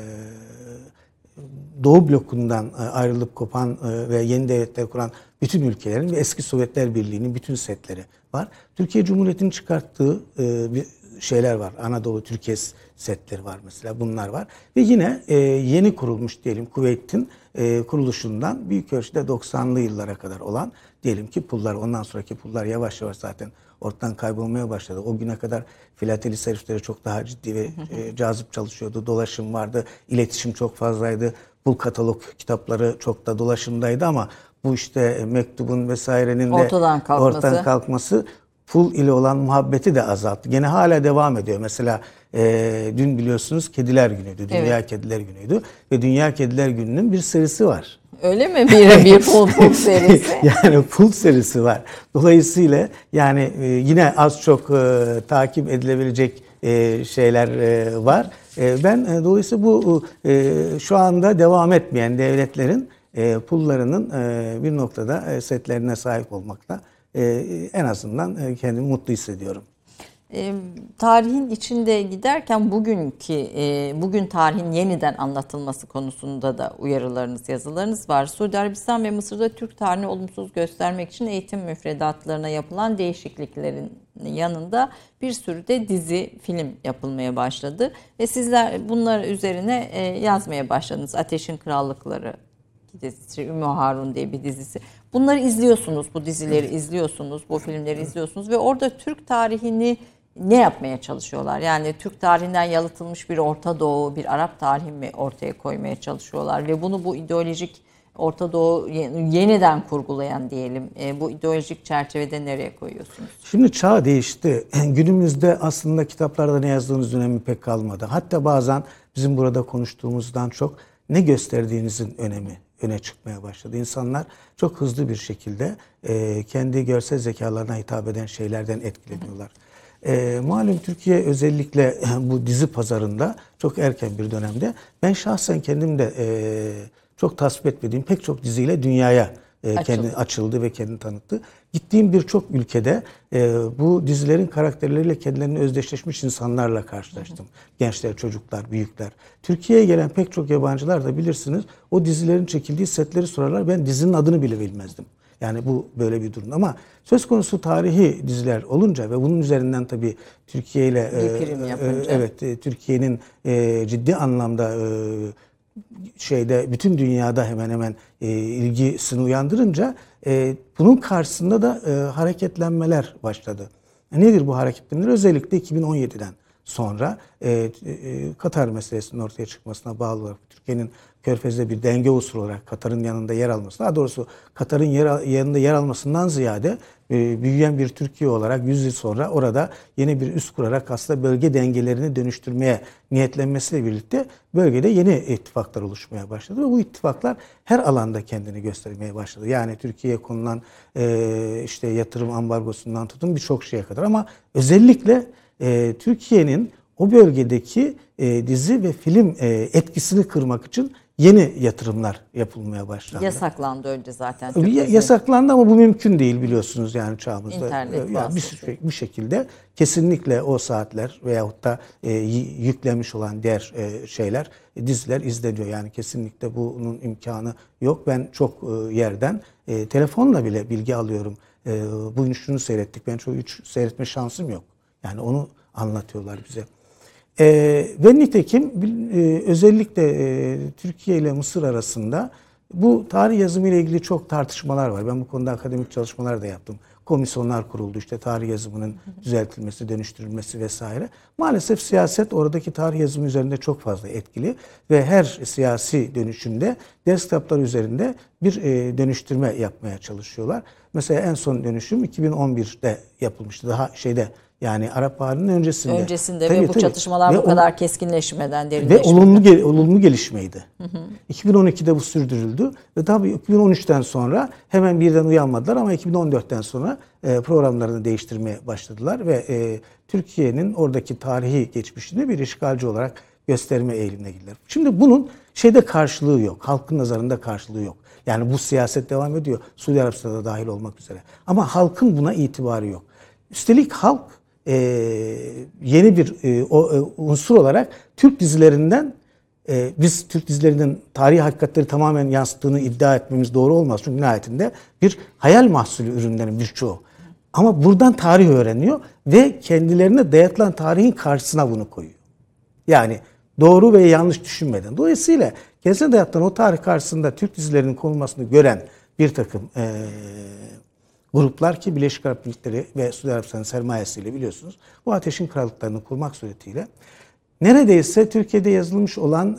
Doğu blokundan ayrılıp kopan ve yeni devletler kuran bütün ülkelerin ve eski Sovyetler Birliği'nin bütün setleri var. Türkiye Cumhuriyeti'nin çıkarttığı şeyler var. Anadolu Türkiye setleri var mesela. Bunlar var. Ve yine yeni kurulmuş diyelim Kuveyt'in kuruluşundan büyük ölçüde doksanlı yıllara kadar olan diyelim ki pullar, ondan sonraki pullar yavaş yavaş zaten ortadan kaybolmaya başladı. O güne kadar filateli serifleri çok daha ciddi ve e, cazip çalışıyordu. Dolaşım vardı. İletişim çok fazlaydı. Pul katalog kitapları çok da dolaşımdaydı ama bu işte mektubun vesairenin de ortadan kalkması. ortadan kalkması pul ile olan muhabbeti de azalttı. Gene hala devam ediyor. Mesela e, dün biliyorsunuz Kediler Günü'ydü. Dünya Evet. Kediler Günü'ydü. Ve Dünya Kediler Günü'nün bir serisi var. Öyle mi? Bir, bir pul pul serisi. Yani pul serisi var. Dolayısıyla yani e, yine az çok e, takip edilebilecek e, şeyler e, var. E, ben e, dolayısıyla bu e, şu anda devam etmeyen devletlerin e, pullarının e, bir noktada e, setlerine sahip olmakta e, en azından e, kendimi mutlu hissediyorum. E, tarihin içinde giderken bugünkü e, bugün tarihin yeniden anlatılması konusunda da uyarılarınız, yazılarınız var. Suudi Arabistan ve Mısır'da Türk tarihini olumsuz göstermek için eğitim müfredatlarına yapılan değişikliklerin yanında bir sürü de dizi, film yapılmaya başladı ve sizler bunlar üzerine e, yazmaya başladınız. Ateşin Krallıkları dizisi, Ümmü Harun diye bir dizisi. Bunları izliyorsunuz, bu dizileri izliyorsunuz, bu filmleri izliyorsunuz ve orada Türk tarihini ne yapmaya çalışıyorlar? Yani Türk tarihinden yalıtılmış bir Orta Doğu, bir Arap tarihi mi ortaya koymaya çalışıyorlar? Ve bunu bu ideolojik Orta Doğu yeniden kurgulayan diyelim, bu ideolojik çerçevede nereye koyuyorsunuz? Şimdi çağ değişti. Günümüzde aslında kitaplarda ne yazdığınız önemi pek kalmadı. Hatta bazen bizim burada konuştuğumuzdan çok ne gösterdiğinizin önemi öne çıkmaya başladı. İnsanlar çok hızlı bir şekilde e, kendi görsel zekalarına hitap eden şeylerden etkileniyorlar. E, malum Türkiye özellikle bu dizi pazarında çok erken bir dönemde ben şahsen kendim de e, çok tasvip etmediğim pek çok diziyle dünyaya e, kendi açıldı. açıldı ve kendini tanıttı. Gittiğim birçok ülkede e, bu dizilerin karakterleriyle kendilerini özdeşleşmiş insanlarla karşılaştım. Hı hı. Gençler, çocuklar, büyükler. Türkiye'ye gelen pek çok yabancılar da bilirsiniz o dizilerin çekildiği setleri sorarlar. Ben dizinin adını bile bilmezdim. Yani bu böyle bir durum ama söz konusu tarihi diziler olunca ve bunun üzerinden tabii Türkiye ile e, evet e, Türkiye'nin e, ciddi anlamda e, şeyde bütün dünyada hemen hemen e, ilgisini uyandırınca e, bunun karşısında da e, hareketlenmeler başladı. E, nedir bu hareketlenmeler? Özellikle iki bin on yediden sonra e, e, Katar meselesinin ortaya çıkmasına bağlı olarak Türkiye'nin Körfez'de bir denge unsuru olarak Katar'ın yanında yer alması, daha doğrusu Katar'ın yer, yanında yer almasından ziyade e, büyüyen bir Türkiye olarak yüz yıl sonra orada yeni bir üs kurarak aslında bölge dengelerini dönüştürmeye niyetlenmesiyle birlikte bölgede yeni ittifaklar oluşmaya başladı ve bu ittifaklar her alanda kendini göstermeye başladı. Yani Türkiye'ye konulan e, işte yatırım ambargosundan tutun birçok şeye kadar ama özellikle e, Türkiye'nin o bölgedeki e, dizi ve film e, etkisini kırmak için yeni yatırımlar yapılmaya başlandı. Yasaklandı önce zaten. Ya, yasaklandı ama bu mümkün değil biliyorsunuz yani çağımızda. İnternet yani bir, bir şekilde kesinlikle o saatler veyahut da e, yüklenmiş olan diğer e, şeyler, e, diziler izleniyor. Yani kesinlikle bunun imkanı yok. Ben çok e, yerden e, telefonla bile bilgi alıyorum. E, bugün şunu seyrettik. Ben çok hiç seyretme şansım yok. Yani onu anlatıyorlar bize. Ee, ve nitekim e, özellikle e, Türkiye ile Mısır arasında bu tarih yazımı ile ilgili çok tartışmalar var. Ben bu konuda akademik çalışmalar da yaptım. Komisyonlar kuruldu işte tarih yazımının düzeltilmesi, dönüştürülmesi vesaire. Maalesef siyaset oradaki tarih yazımı üzerinde çok fazla etkili ve her siyasi dönüşümde ders kitapları üzerinde bir e, dönüştürme yapmaya çalışıyorlar. Mesela en son dönüşüm iki bin on birde yapılmıştı. Daha şeyde yani Arap Baharı'nın öncesinde. Öncesinde tabii, ve bu tabii. çatışmalar ve bu o, kadar keskinleşmeden, derinleşmeden. Ve olumlu, gel, olumlu gelişmeydi. Hı hı. iki bin on ikide bu sürdürüldü ve tabii iki bin on üçten sonra hemen birden uyanmadılar ama iki bin on dörtten sonra e, programlarını değiştirmeye başladılar ve e, Türkiye'nin oradaki tarihi geçmişini bir işgalci olarak gösterme eğilimine girdiler. Şimdi bunun şeyde karşılığı yok. Halkın nazarında karşılığı yok. Yani bu siyaset devam ediyor. Suudi Arabistan'da dahil olmak üzere. Ama halkın buna itibarı yok. Üstelik halk Ee, yeni bir e, o, e, unsur olarak Türk dizilerinden e, biz Türk dizilerinin tarihi hakikatleri tamamen yansıttığını iddia etmemiz doğru olmaz. Çünkü nihayetinde bir hayal mahsulü ürünlerin birçoğu. Ama buradan tarih öğreniyor ve kendilerine dayatılan tarihin karşısına bunu koyuyor. Yani doğru ve yanlış düşünmeden. Dolayısıyla kendisine dayatılan o tarih karşısında Türk dizilerinin konulmasını gören bir takım e, gruplar ki Birleşik Arap Emirlikleri ve Suudi Arabistan'ın sermayesiyle biliyorsunuz bu ateşin krallıklarını kurmak suretiyle neredeyse Türkiye'de yazılmış olan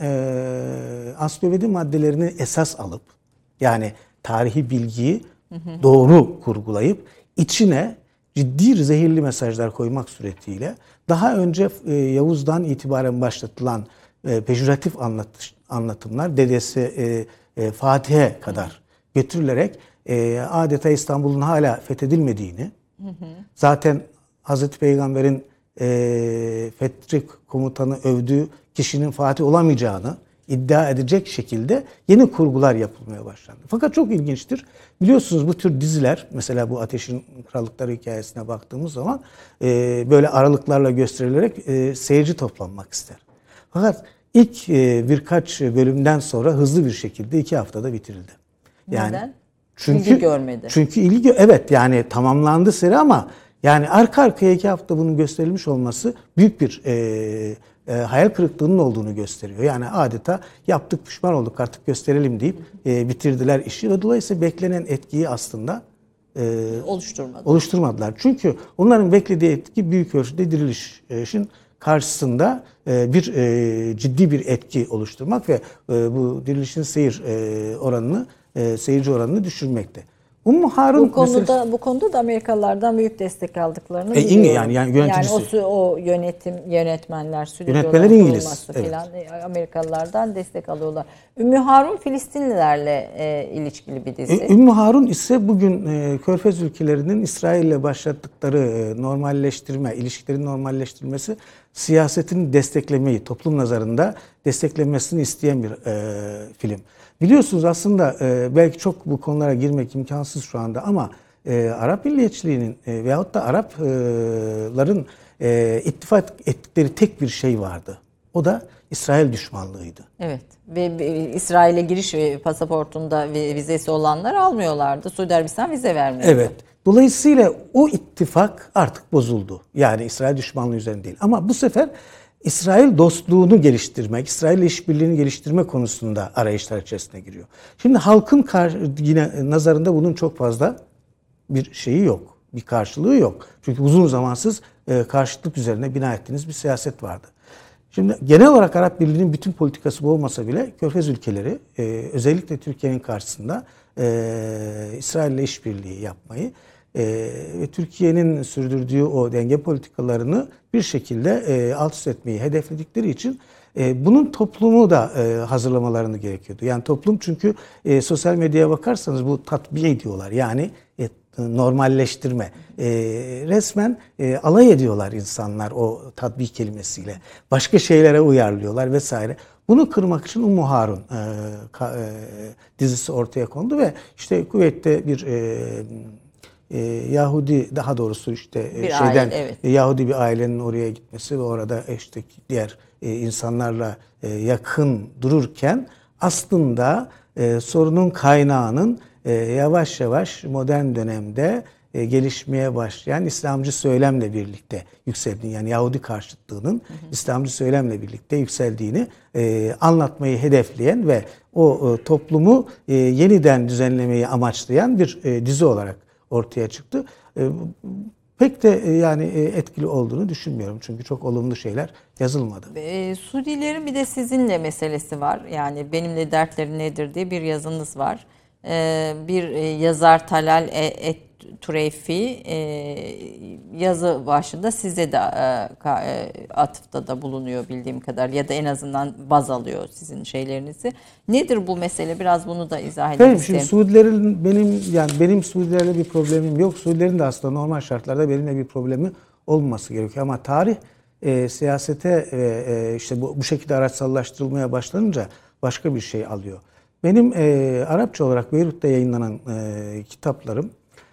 e, ansiklopedi maddelerini esas alıp yani tarihi bilgiyi hı hı. doğru kurgulayıp içine ciddi zehirli mesajlar koymak suretiyle daha önce e, Yavuz'dan itibaren başlatılan e, pejoratif anlatış, anlatımlar dedesi e, e, Fatih'e kadar götürülerek e, adeta İstanbul'un hala fethedilmediğini, hı hı. zaten Hazreti Peygamber'in e, Fethi komutanı övdüğü kişinin Fatih olamayacağını iddia edecek şekilde yeni kurgular yapılmaya başlandı. Fakat çok ilginçtir. Biliyorsunuz bu tür diziler, mesela bu Ateş'in Krallıkları hikayesine baktığımız zaman e, böyle aralıklarla gösterilerek e, seyirci toplanmak ister. Fakat ilk e, birkaç bölümden sonra hızlı bir şekilde iki haftada bitirildi. Yani neden? Çünkü, ilgi görmedi. Çünkü ilgi, evet, yani tamamlandı seri ama yani arka arkaya iki hafta bunun gösterilmiş olması büyük bir e, e, hayal kırıklığının olduğunu gösteriyor. Yani adeta yaptık, pişman olduk, artık gösterelim deyip e, bitirdiler işi ve dolayısıyla beklenen etkiyi aslında e, oluşturmadılar. oluşturmadılar. Çünkü onların beklediği etki büyük ölçüde dirilişin karşısında e, bir e, ciddi bir etki oluşturmak ve e, bu dirilişin seyir e, oranını, e, seyirci oranını düşürmekte. Ummu Harun bu konuda meselesi, bu konuda da Amerikalılardan büyük destek aldıklarını e, biliyorum. Yani yani yöneticisi. Yani o, o yönetim yönetmenler, Yönetmenler İngiliz. Evet. falan Amerikalılardan destek alıyorlar. Ümmü Harun Filistinlilerle e, ilişkili bir dizi. E, Ümmü Harun ise bugün e, Körfez ülkelerinin İsrail'le başlattıkları e, normalleştirme, ilişkilerin normalleştirilmesi, siyasetini desteklemeyi, toplum nazarında desteklenmesini isteyen bir e, film. Biliyorsunuz aslında e, belki çok bu konulara girmek imkansız şu anda ama e, Arap milliyetçiliğinin e, veyahut da Arapların e, ittifak ettikleri tek bir şey vardı. O da İsrail düşmanlığıydı. Evet. Ve, ve İsrail'e giriş ve pasaportunda ve vizesi olanlar almıyorlardı. Suudi Arabistan vize vermiyordu. Evet. Dolayısıyla o ittifak artık bozuldu. Yani İsrail düşmanlığı üzerine değil. Ama bu sefer İsrail dostluğunu geliştirmek, İsrail ile işbirliğini geliştirme konusunda arayışlar içerisine giriyor. Şimdi halkın yine nazarında bunun çok fazla bir şeyi yok. Bir karşılığı yok. Çünkü uzun zamansız karşıtlık üzerine bina ettiğiniz bir siyaset vardı. Şimdi genel olarak Arap Birliği'nin bütün politikası bu olmasa bile Körfez ülkeleri özellikle Türkiye'nin karşısında İsrail ile işbirliği yapmayı ve Türkiye'nin sürdürdüğü o denge politikalarını bir şekilde e, alt üst etmeyi hedefledikleri için e, bunun toplumu da e, hazırlamalarını gerekiyordu. Yani toplum, çünkü e, sosyal medyaya bakarsanız bu tatbiye ediyorlar. Yani e, normalleştirme. E, resmen e, alay ediyorlar insanlar o tatbik kelimesiyle. Başka şeylere uyarlıyorlar vesaire. Bunu kırmak için Ummu Harun e, ka, e, dizisi ortaya kondu ve işte Kuveyt'te bir e, E, Yahudi, daha doğrusu işte bir şeyden aile, evet. Yahudi bir ailenin oraya gitmesi ve orada işte diğer e, insanlarla e, yakın dururken aslında e, sorunun kaynağının e, yavaş yavaş modern dönemde e, gelişmeye başlayan İslamcı söylemle birlikte yükseldiğini, yani Yahudi karşıtlığının hı hı. İslamcı söylemle birlikte yükseldiğini e, anlatmayı hedefleyen ve o e, toplumu e, yeniden düzenlemeyi amaçlayan bir e, dizi olarak ortaya çıktı. E, pek de e, yani e, etkili olduğunu düşünmüyorum. Çünkü çok olumlu şeyler yazılmadı. E, Suudilerin bir de sizinle meselesi var. Yani benimle dertleri nedir diye bir yazınız var. E, bir e, yazar Talal Et Tureyfi e, yazı başında size de e, atıfta da bulunuyor bildiğim kadar, ya da en azından baz alıyor sizin şeylerinizi. Nedir bu mesele? Biraz bunu da izah edelim. Şimdi Suudilerin benim yani benim Suudilerle bir problemim yok. Suudilerin de aslında normal şartlarda benimle bir problemi olmaması gerekiyor. Ama tarih e, siyasete ve e, işte bu, bu şekilde araçsallaştırılmaya başlanınca başka bir şey alıyor. Benim e, Arapça olarak Beyrut'ta yayınlanan e, kitaplarım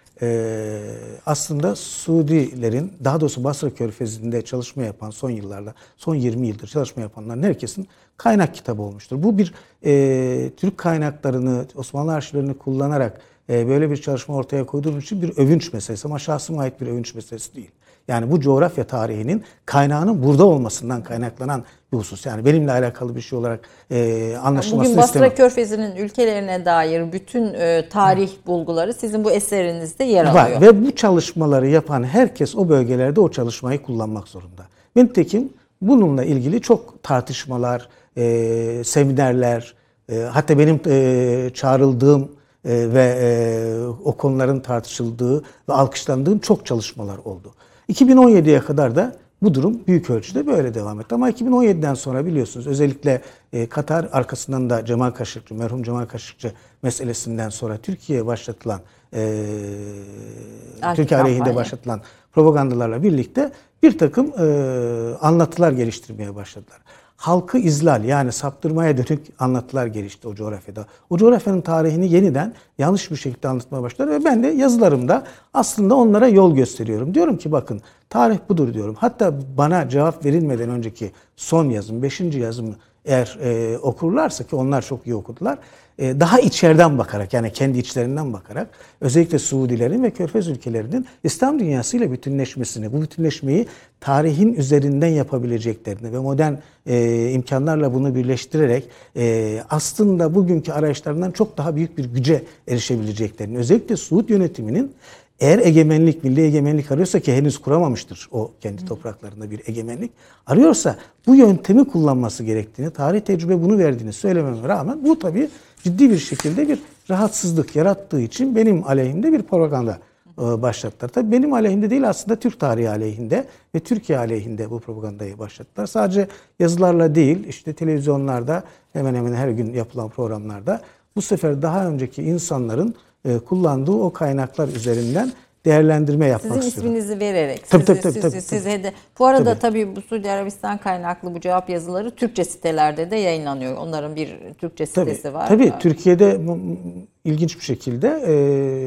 Ee, aslında Suudilerin, daha doğrusu Basra Körfezi'nde çalışma yapan son yıllarda, son yirmi yıldır çalışma yapanların herkesin kaynak kitabı olmuştur. Bu bir e, Türk kaynaklarını, Osmanlı arşivlerini kullanarak e, böyle bir çalışma ortaya koyduğum için bir övünç meselesi, ama şahsıma ait bir övünç meselesi değil. Yani bu coğrafya tarihinin kaynağının burada olmasından kaynaklanan bir husus. Yani benimle alakalı bir şey olarak e, anlaşılmasını Bugün Basra istemem. Körfezi'nin ülkelerine dair bütün e, tarih bulguları sizin bu eserinizde yer alıyor. Var. Ve bu çalışmaları yapan herkes o bölgelerde o çalışmayı kullanmak zorunda. Ve nitekim bununla ilgili çok tartışmalar, e, seminerler, e, hatta benim e, çağrıldığım e, ve e, o konuların tartışıldığı ve alkışlandığı çok çalışmalar oldu. iki bin on yediye kadar da bu durum büyük ölçüde böyle devam etti. Ama iki bin on yediden sonra biliyorsunuz özellikle e, Katar, arkasından da Cemal Kaşıkçı, merhum Cemal Kaşıkçı meselesinden sonra Türkiye'ye başlatılan e, Türkiye aleyhinde başlatılan propagandalarla birlikte bir takım e, anlatılar geliştirmeye başladılar. Halkı izlal, yani saptırmaya dönük anlatılar gelişti o coğrafyada. O coğrafyanın tarihini yeniden yanlış bir şekilde anlatmaya başladılar ve ben de yazılarımda aslında onlara yol gösteriyorum. Diyorum ki bakın tarih budur diyorum. Hatta bana cevap verilmeden önceki son yazım, beşinci yazımı eğer e, okurlarsa, ki onlar çok iyi okudular, e, daha içeriden bakarak, yani kendi içlerinden bakarak özellikle Suudilerin ve Körfez ülkelerinin İslam dünyasıyla bütünleşmesini, bu bütünleşmeyi tarihin üzerinden yapabileceklerini ve modern e, imkanlarla bunu birleştirerek e, aslında bugünkü arayışlarından çok daha büyük bir güce erişebileceklerini, özellikle Suud yönetiminin eğer egemenlik, milli egemenlik arıyorsa, ki henüz kuramamıştır o kendi topraklarında bir egemenlik, arıyorsa bu yöntemi kullanması gerektiğini, tarih tecrübe bunu verdiğini söylememe rağmen bu tabii ciddi bir şekilde bir rahatsızlık yarattığı için benim aleyhimde bir propaganda başlattılar. Tabii benim aleyhimde değil, aslında Türk tarihi aleyhinde ve Türkiye aleyhinde bu propagandayı başlattılar. Sadece yazılarla değil, işte televizyonlarda hemen hemen her gün yapılan programlarda bu sefer daha önceki insanların kullandığı o kaynaklar üzerinden değerlendirme yapmak Sizin istiyorum. isminizi vererek. Tabii, sizi, tabii, tabii, sizi, tabii, size de. Bu arada tabii. tabii bu Suudi Arabistan kaynaklı bu cevap yazıları Türkçe sitelerde de yayınlanıyor. Onların bir Türkçe sitesi Tabii, var. tabii Yani. Türkiye'de ilginç bir şekilde e,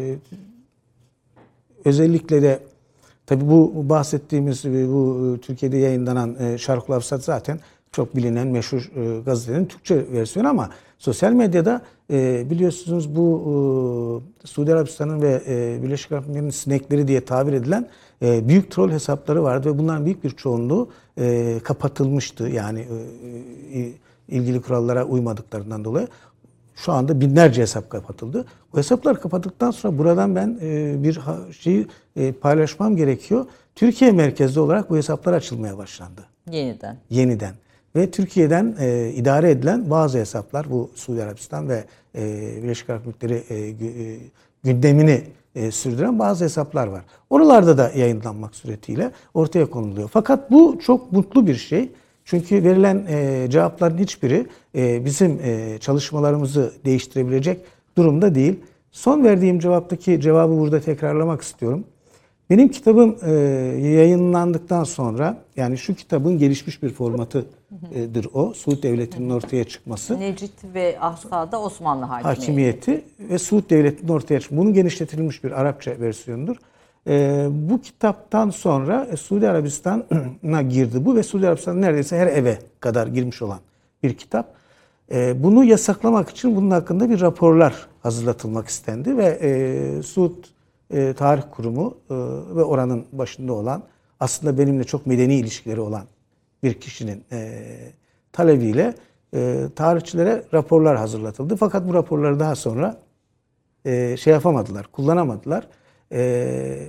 özellikle de tabii bu bahsettiğimiz bu Türkiye'de yayınlanan e, Şarkul Avsat zaten çok bilinen meşhur e, gazetenin Türkçe versiyonu, ama sosyal medyada e, biliyorsunuz bu e, Suudi Arabistan'ın ve e, Birleşik Arap Emirlikleri'nin sinekleri diye tabir edilen e, büyük troll hesapları vardı ve bunların büyük bir çoğunluğu e, kapatılmıştı. Yani e, e, ilgili kurallara uymadıklarından dolayı. Şu anda binlerce hesap kapatıldı. Bu hesaplar kapattıktan sonra buradan ben e, bir şeyi e, paylaşmam gerekiyor. Türkiye merkezli olarak bu hesaplar açılmaya başlandı. Yeniden. Yeniden. Ve Türkiye'den e, idare edilen bazı hesaplar, bu Suudi Arabistan ve e, Birleşik Arap Emirlikleri e, e, gündemini e, sürdüren bazı hesaplar var. Oralarda da yayınlanmak suretiyle ortaya konuluyor. Fakat bu çok mutlu bir şey. Çünkü verilen e, cevapların hiçbiri e, bizim e, çalışmalarımızı değiştirebilecek durumda değil. Son verdiğim cevaptaki cevabı burada tekrarlamak istiyorum. Benim kitabım e, yayınlandıktan sonra, yani şu kitabın gelişmiş bir formatıdır o. Suud Devleti'nin ortaya çıkması. Necit ve Ahsa'da Osmanlı hakimiyeti. Hakimiyeti ve Suud Devleti'nin ortaya çıkması. Bunun genişletilmiş bir Arapça versiyonudur. E, bu kitaptan sonra e, Suudi Arabistan'a girdi bu ve Suudi Arabistan'ın neredeyse her eve kadar girmiş olan bir kitap. E, bunu yasaklamak için bunun hakkında bir raporlar hazırlatılmak istendi ve e, Suud e, Tarih Kurumu e, ve oranın başında olan, aslında benimle çok medeni ilişkileri olan bir kişinin e, talebiyle e, tarihçilere raporlar hazırlatıldı. Fakat bu raporları daha sonra e, şey yapamadılar, kullanamadılar. Ee,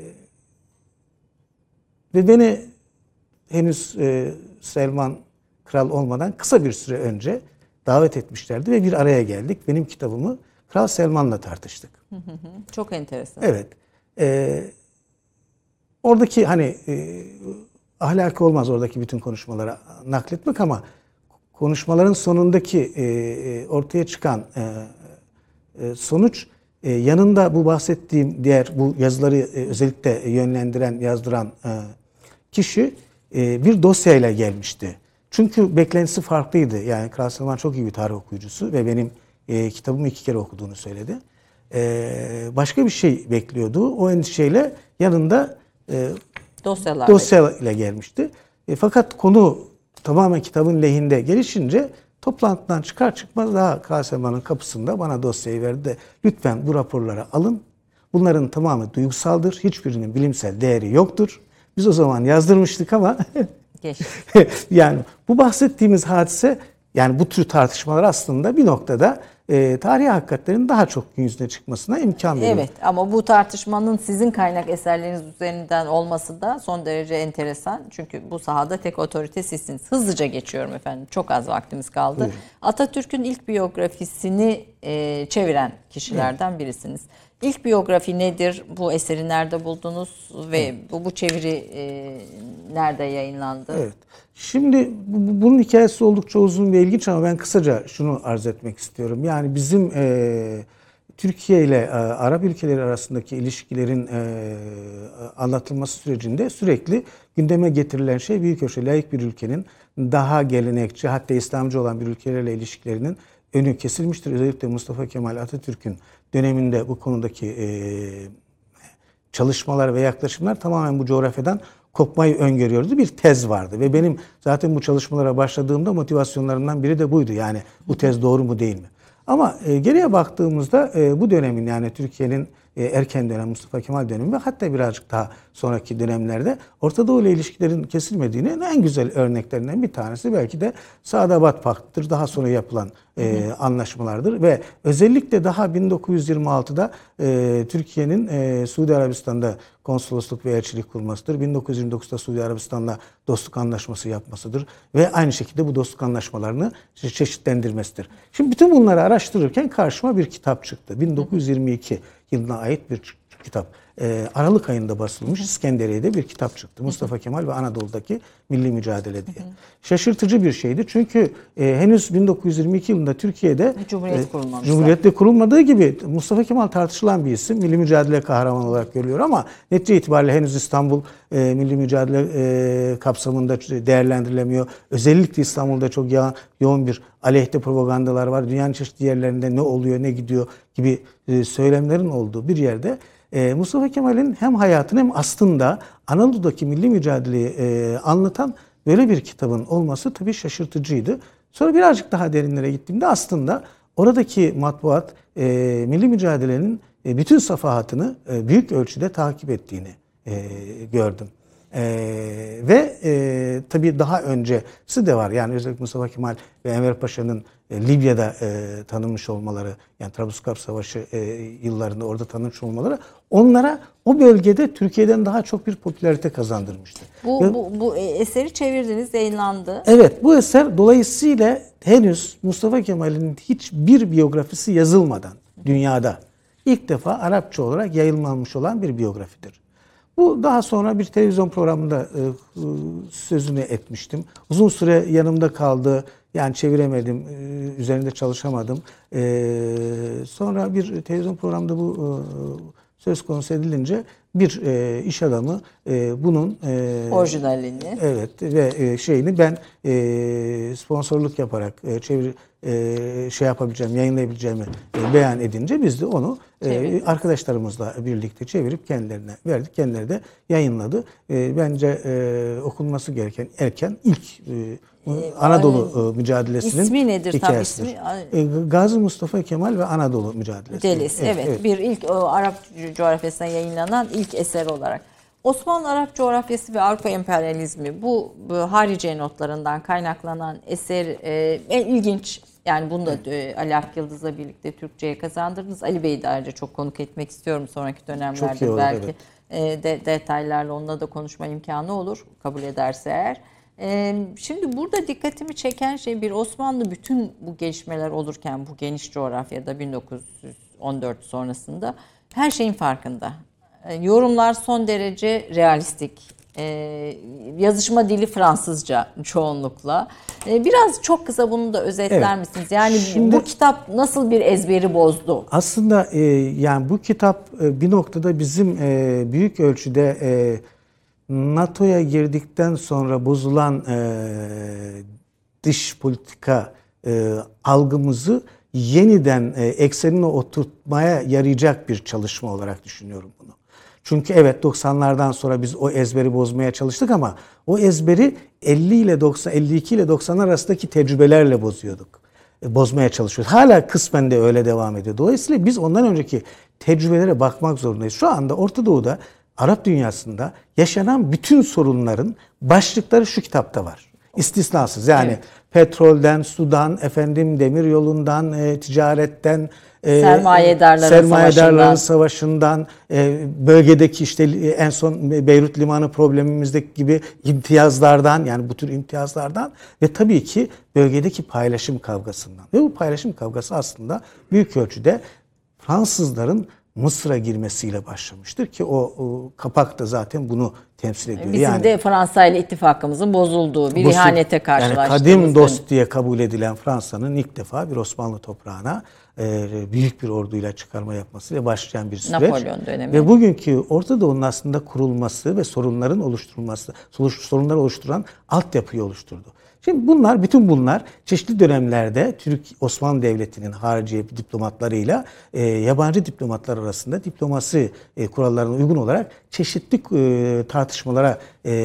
ve beni henüz e, Selman Kral olmadan kısa bir süre önce davet etmişlerdi ve bir araya geldik. Benim kitabımı Kral Selman'la tartıştık. Çok enteresan. Evet. E, oradaki hani e, ahlaki olmaz oradaki bütün konuşmalara nakletmek, ama konuşmaların sonundaki e, ortaya çıkan e, e, sonuç, Ee, yanında bu bahsettiğim diğer bu yazıları e, özellikle yönlendiren, yazdıran e, kişi e, bir dosyayla gelmişti. Çünkü beklentisi farklıydı. Yani Kral Selman çok iyi bir tarih okuyucusu ve benim e, kitabımı iki kere okuduğunu söyledi. E, başka bir şey bekliyordu. O endişeyle yanında e, Dosyalar dosyayla gelmişti. E, fakat konu tamamen kitabın lehinde gelişince toplantıdan çıkar çıkmaz daha Kral Selman'ın kapısında bana dosyayı verdi de lütfen bu raporları alın. Bunların tamamı duygusaldır. Hiçbirinin bilimsel değeri yoktur. Biz o zaman yazdırmıştık ama yani bu bahsettiğimiz hadise, yani bu tür tartışmalar aslında bir noktada e, tarihi hakikatlerin daha çok gün yüzüne çıkmasına imkan veriyor. Evet, ama bu tartışmanın sizin kaynak eserleriniz üzerinden olması da son derece enteresan. Çünkü bu sahada tek otorite sizsiniz. Hızlıca geçiyorum efendim. Çok az vaktimiz kaldı. Buyurun. Atatürk'ün ilk biyografisini e, çeviren kişilerden birisiniz. İlk biyografi nedir? Bu eseri nerede buldunuz ve evet. bu, bu çeviri e, nerede yayınlandı? Evet. Şimdi bu, bunun hikayesi oldukça uzun ve ilginç ama ben kısaca şunu arz etmek istiyorum. Yani bizim e, Türkiye ile e, Arap ülkeleri arasındaki ilişkilerin e, anlatılması sürecinde sürekli gündeme getirilen şey büyük ölçüde laik bir ülkenin daha gelenekçi hatta İslamcı olan bir ülkelerle ilişkilerinin önü kesilmiştir. Özellikle Mustafa Kemal Atatürk'ün döneminde bu konudaki e, çalışmalar ve yaklaşımlar tamamen bu coğrafyadan kopmayı öngörüyordu. Bir tez vardı ve benim zaten bu çalışmalara başladığımda motivasyonlarımdan biri de buydu. Yani bu tez doğru mu değil mi? Ama e, geriye baktığımızda e, bu dönemin yani Türkiye'nin e, erken dönem Mustafa Kemal dönemi ve hatta birazcık daha sonraki dönemlerde Orta Doğu ile ilişkilerin kesilmediğinin en güzel örneklerinden bir tanesi belki de Sadabat Paktı'dır. Daha sonra yapılan e, anlaşmalardır ve özellikle daha bin dokuz yüz yirmi altıda e, Türkiye'nin e, Suudi Arabistan'da konsolosluk ve elçilik kurmasıdır. bin dokuz yüz yirmi dokuzda Suudi Arabistan'la dostluk anlaşması yapmasıdır ve aynı şekilde bu dostluk anlaşmalarını çeşitlendirmesidir. Şimdi bütün bunları araştırırken karşıma bir kitap çıktı. bin dokuz yüz yirmi iki yılına ait bir kitap. Ee, Aralık ayında basılmış İskenderiye'de bir kitap çıktı. Mustafa Kemal ve Anadolu'daki Milli Mücadele diye. Şaşırtıcı bir şeydi. Çünkü e, henüz bin dokuz yüz yirmi iki yılında Türkiye'de Cumhuriyet kurulmamıştı. Cumhuriyet'te kurulmadığı gibi Mustafa Kemal tartışılan bir isim. Milli Mücadele kahramanı olarak görülüyor ama netice itibariyle henüz İstanbul e, Milli Mücadele e, kapsamında değerlendirilemiyor. Özellikle İstanbul'da çok ya, yoğun bir aleyhte propagandalar var. Dünyanın çeşitli yerlerinde ne oluyor, ne gidiyor gibi e, söylemlerin olduğu bir yerde Ee, Mustafa Kemal'in hem hayatını hem aslında Anadolu'daki milli mücadeleyi e, anlatan böyle bir kitabın olması tabii şaşırtıcıydı. Sonra birazcık daha derinlere gittiğimde aslında oradaki matbuat e, milli mücadelenin e, bütün safahatını e, büyük ölçüde takip ettiğini e, gördüm. Ee, ve e, tabii daha öncesi de var. Yani özellikle Mustafa Kemal ve Enver Paşa'nın e, Libya'da e, tanınmış olmaları, yani Trablusgarp Savaşı e, yıllarında orada tanınmış olmaları onlara o bölgede Türkiye'den daha çok bir popülarite kazandırmıştı. Bu, ve, bu, bu eseri çevirdiniz, yayınlandı. Evet, bu eser dolayısıyla henüz Mustafa Kemal'in hiçbir biyografisi yazılmadan dünyada ilk defa Arapça olarak yayınlanmış olan bir biyografidir. Bu daha sonra bir televizyon programında e, sözünü etmiştim. Uzun süre yanımda kaldı. Yani çeviremedim, e, üzerinde çalışamadım. E, sonra bir televizyon programında bu e, söz konusu edilince bir e, iş adamı e, bunun e, orijinalini, evet ve e, şeyini ben e, sponsorluk yaparak e, çevir e, şey yapabileceğim, yayınlayabileceğimi e, beyan edince biz de onu e, arkadaşlarımızla birlikte çevirip kendilerine verdik. Kendileri de yayınladı. E, bence e, okunması gereken erken ilk e, Anadolu e, mücadelesinin ismi nedir hikayesidir. Tam ismi? E, Gazi Mustafa Kemal ve Anadolu mücadelesi. Delisi, evet, evet, evet. Bir ilk o, Arap coğrafyasına yayınlanan ilk eser olarak. Osmanlı Arap coğrafyası ve Avrupa emperyalizmi bu, bu harici notlarından kaynaklanan eser e, en ilginç. Yani bunu da e, Ali Akyıldız'la birlikte Türkçe'ye kazandırdınız. Ali Bey'i de ayrıca çok konuk etmek istiyorum sonraki dönemlerde olur, belki evet. e, de, detaylarla onunla da konuşma imkanı olur kabul ederse eğer. E, şimdi burada dikkatimi çeken şey bir Osmanlı bütün bu gelişmeler olurken bu geniş coğrafyada bin dokuz yüz on dört sonrasında her şeyin farkında. E, yorumlar son derece realistik. Ee, yazışma dili Fransızca çoğunlukla. Ee, biraz çok kısa bunu da özetler evet. misiniz? Yani Şimdi, bu kitap nasıl bir ezberi bozdu? Aslında e, yani bu kitap e, bir noktada bizim e, büyük ölçüde e, NATO'ya girdikten sonra bozulan e, dış politika e, algımızı yeniden e, eksenine oturtmaya yarayacak bir çalışma olarak düşünüyorum bunu. Çünkü evet doksanlardan sonra biz o ezberi bozmaya çalıştık ama o ezberi elli ile doksan, elli iki ile doksan arasındaki tecrübelerle bozuyorduk. Bozmaya çalışıyoruz. Hala kısmen de öyle devam ediyor. Dolayısıyla biz ondan önceki tecrübelere bakmak zorundayız. Şu anda Orta Doğu'da, Arap dünyasında yaşanan bütün sorunların başlıkları şu kitapta var. İstisnasız. Yani evet. petrolden, sudan, efendim demir yolundan, e, ticaretten, e, sermayedarların, sermayedarların savaşından, savaşından e, bölgedeki işte en son Beyrut limanı problemimizdeki gibi imtiyazlardan, yani bu tür imtiyazlardan ve tabii ki bölgedeki paylaşım kavgasından. Ve bu paylaşım kavgası aslında büyük ölçüde Fransızların Mısır'a girmesiyle başlamıştır ki o, o kapak da zaten bunu temsil ediyor. Bizim yani, de Fransa ile ittifakımızın bozulduğu, bir bu- ihanete karşılaştığımız. Yani kadim dost diye kabul edilen Fransa'nın ilk defa bir Osmanlı toprağına e, büyük bir orduyla çıkarma yapmasıyla başlayan bir süreç. Napolyon dönemi. Ve bugünkü Orta Doğu'nun aslında kurulması ve sorunların oluşturulması, sorunları oluşturan altyapıyı oluşturdu. Şimdi bunlar, bütün bunlar çeşitli dönemlerde Türk Osmanlı Devleti'nin harici diplomatlarıyla e, yabancı diplomatlar arasında diplomasi e, kurallarına uygun olarak çeşitli e, tartışmalara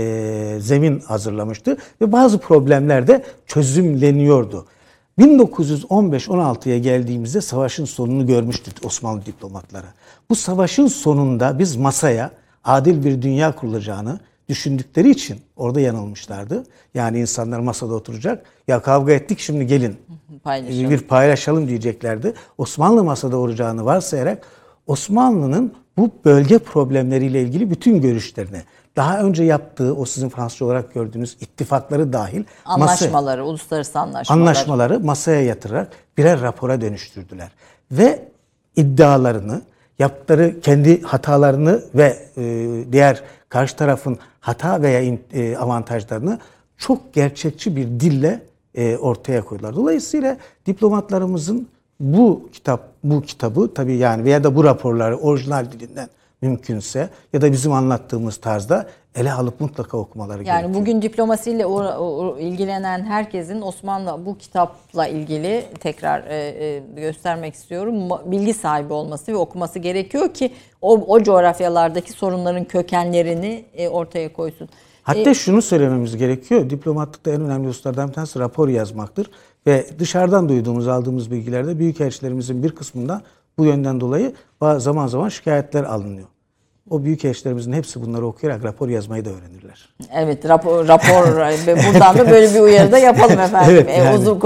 e, zemin hazırlamıştı ve bazı problemler de çözümleniyordu. bin dokuz yüz on beş on altıya geldiğimizde savaşın sonunu görmüştük Osmanlı diplomatları. Bu savaşın sonunda biz masaya adil bir dünya kurulacağını düşündükleri için orada yanılmışlardı. Yani insanlar masada oturacak. Ya kavga ettik, şimdi gelin Paylaşalım. bir paylaşalım diyeceklerdi. Osmanlı masada olacağını varsayarak Osmanlı'nın bu bölge problemleriyle ilgili bütün görüşlerini, daha önce yaptığı o sizin Fransızca olarak gördüğünüz ittifakları dahil Anlaşmaları, masaya, uluslararası anlaşmalar. anlaşmaları masaya yatırarak birer rapora dönüştürdüler. Ve iddialarını, yaptıkları kendi hatalarını ve e, diğer karşı tarafın hata veya e, avantajlarını çok gerçekçi bir dille e, ortaya koydular. Dolayısıyla diplomatlarımızın bu kitap, bu kitabı tabii yani veya da bu raporları orijinal dilinden mümkünse ya da bizim anlattığımız tarzda ele alıp mutlaka okumaları Yani gerekiyor. bugün diplomasiyle o, o, ilgilenen herkesin Osmanlı bu kitapla ilgili tekrar e, e, göstermek istiyorum. Bilgi sahibi olması ve okuması gerekiyor ki o, o coğrafyalardaki sorunların kökenlerini e, ortaya koysun. Hatta E, şunu söylememiz gerekiyor. Diplomatlıkta en önemli hususlardan bir tanesi rapor yazmaktır. Ve dışarıdan duyduğumuz, aldığımız bilgilerde büyükelçilerimizin bir kısmında bu yönden dolayı zaman zaman şikayetler alınıyor. O büyükelçilerimizin hepsi bunları okuyarak rapor yazmayı da öğrenirler. Evet, rapor, rapor ve buradan da böyle bir uyarı da yapalım efendim. Evet, yani. E, uzun,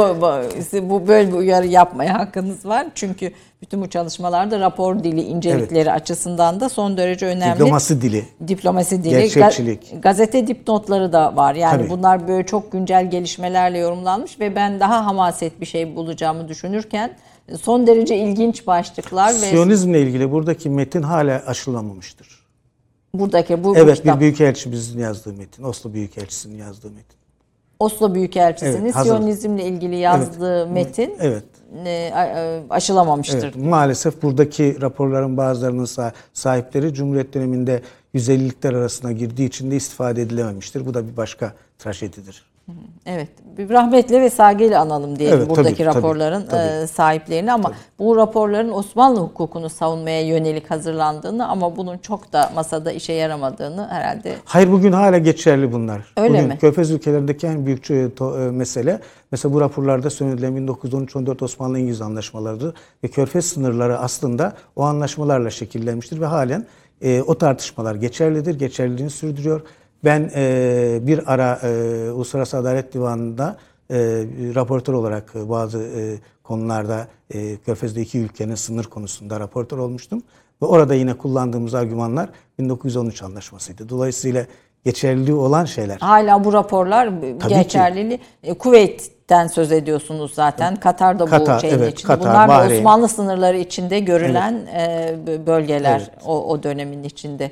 bu böyle bir uyarı yapmaya hakkınız var. Çünkü bütün bu çalışmalarda rapor dili incelikleri evet. açısından da son derece önemli. Diplomasi dili. Diplomasi dili. Gerçekçilik. Ga- gazete dipnotları da var. Yani Tabii. bunlar böyle çok güncel gelişmelerle yorumlanmış ve ben daha hamaset bir şey bulacağımı düşünürken son derece ilginç başlıklar. Siyonizmle ve ilgili buradaki metin hala aşılamamıştır. Buradaki bu, evet, bu kitap. Bir büyükelçimizin yazdığı metin. Oslo Büyükelçisi'nin yazdığı metin. Oslo Büyükelçisi'nin evet, Siyonizmle ilgili yazdığı evet. metin evet. aşılamamıştır. Evet, maalesef buradaki raporların bazılarının sahipleri Cumhuriyet döneminde yüz ellilikler arasına girdiği için de istifade edilememiştir. Bu da bir başka trajedidir. Evet, bir rahmetle ve saygıyla analım diyelim evet, buradaki tabii, raporların tabii, tabii. sahiplerini ama tabii. Bu raporların Osmanlı hukukunu savunmaya yönelik hazırlandığını ama bunun çok da masada işe yaramadığını herhalde. Hayır, bugün hala geçerli bunlar. Öyle bugün mi? Körfez ülkelerindeki en büyük mesele mesela bu raporlarda söylenilen bin dokuz yüz on üç on dört Osmanlı-İngiliz anlaşmalarıdır ve Körfez sınırları aslında o anlaşmalarla şekillenmiştir ve halen e, o tartışmalar geçerlidir, geçerliliğini sürdürüyor. Ben e, bir ara e, Uluslararası Adalet Divanı'nda e, raportör olarak e, bazı e, konularda e, Körfez'de iki ülkenin sınır konusunda raportör olmuştum. Ve orada yine kullandığımız argümanlar bin dokuz yüz on üç anlaşmasıydı. Dolayısıyla geçerliliği olan şeyler. Hala bu raporlar tabii geçerliliği. E, Kuveyt'ten söz ediyorsunuz zaten. Katar'da Katar, bu şeyin evet, içinde. Katar, Bunlar da Bahreyn. Osmanlı sınırları içinde görülen evet. e, bölgeler evet. o, o dönemin içinde.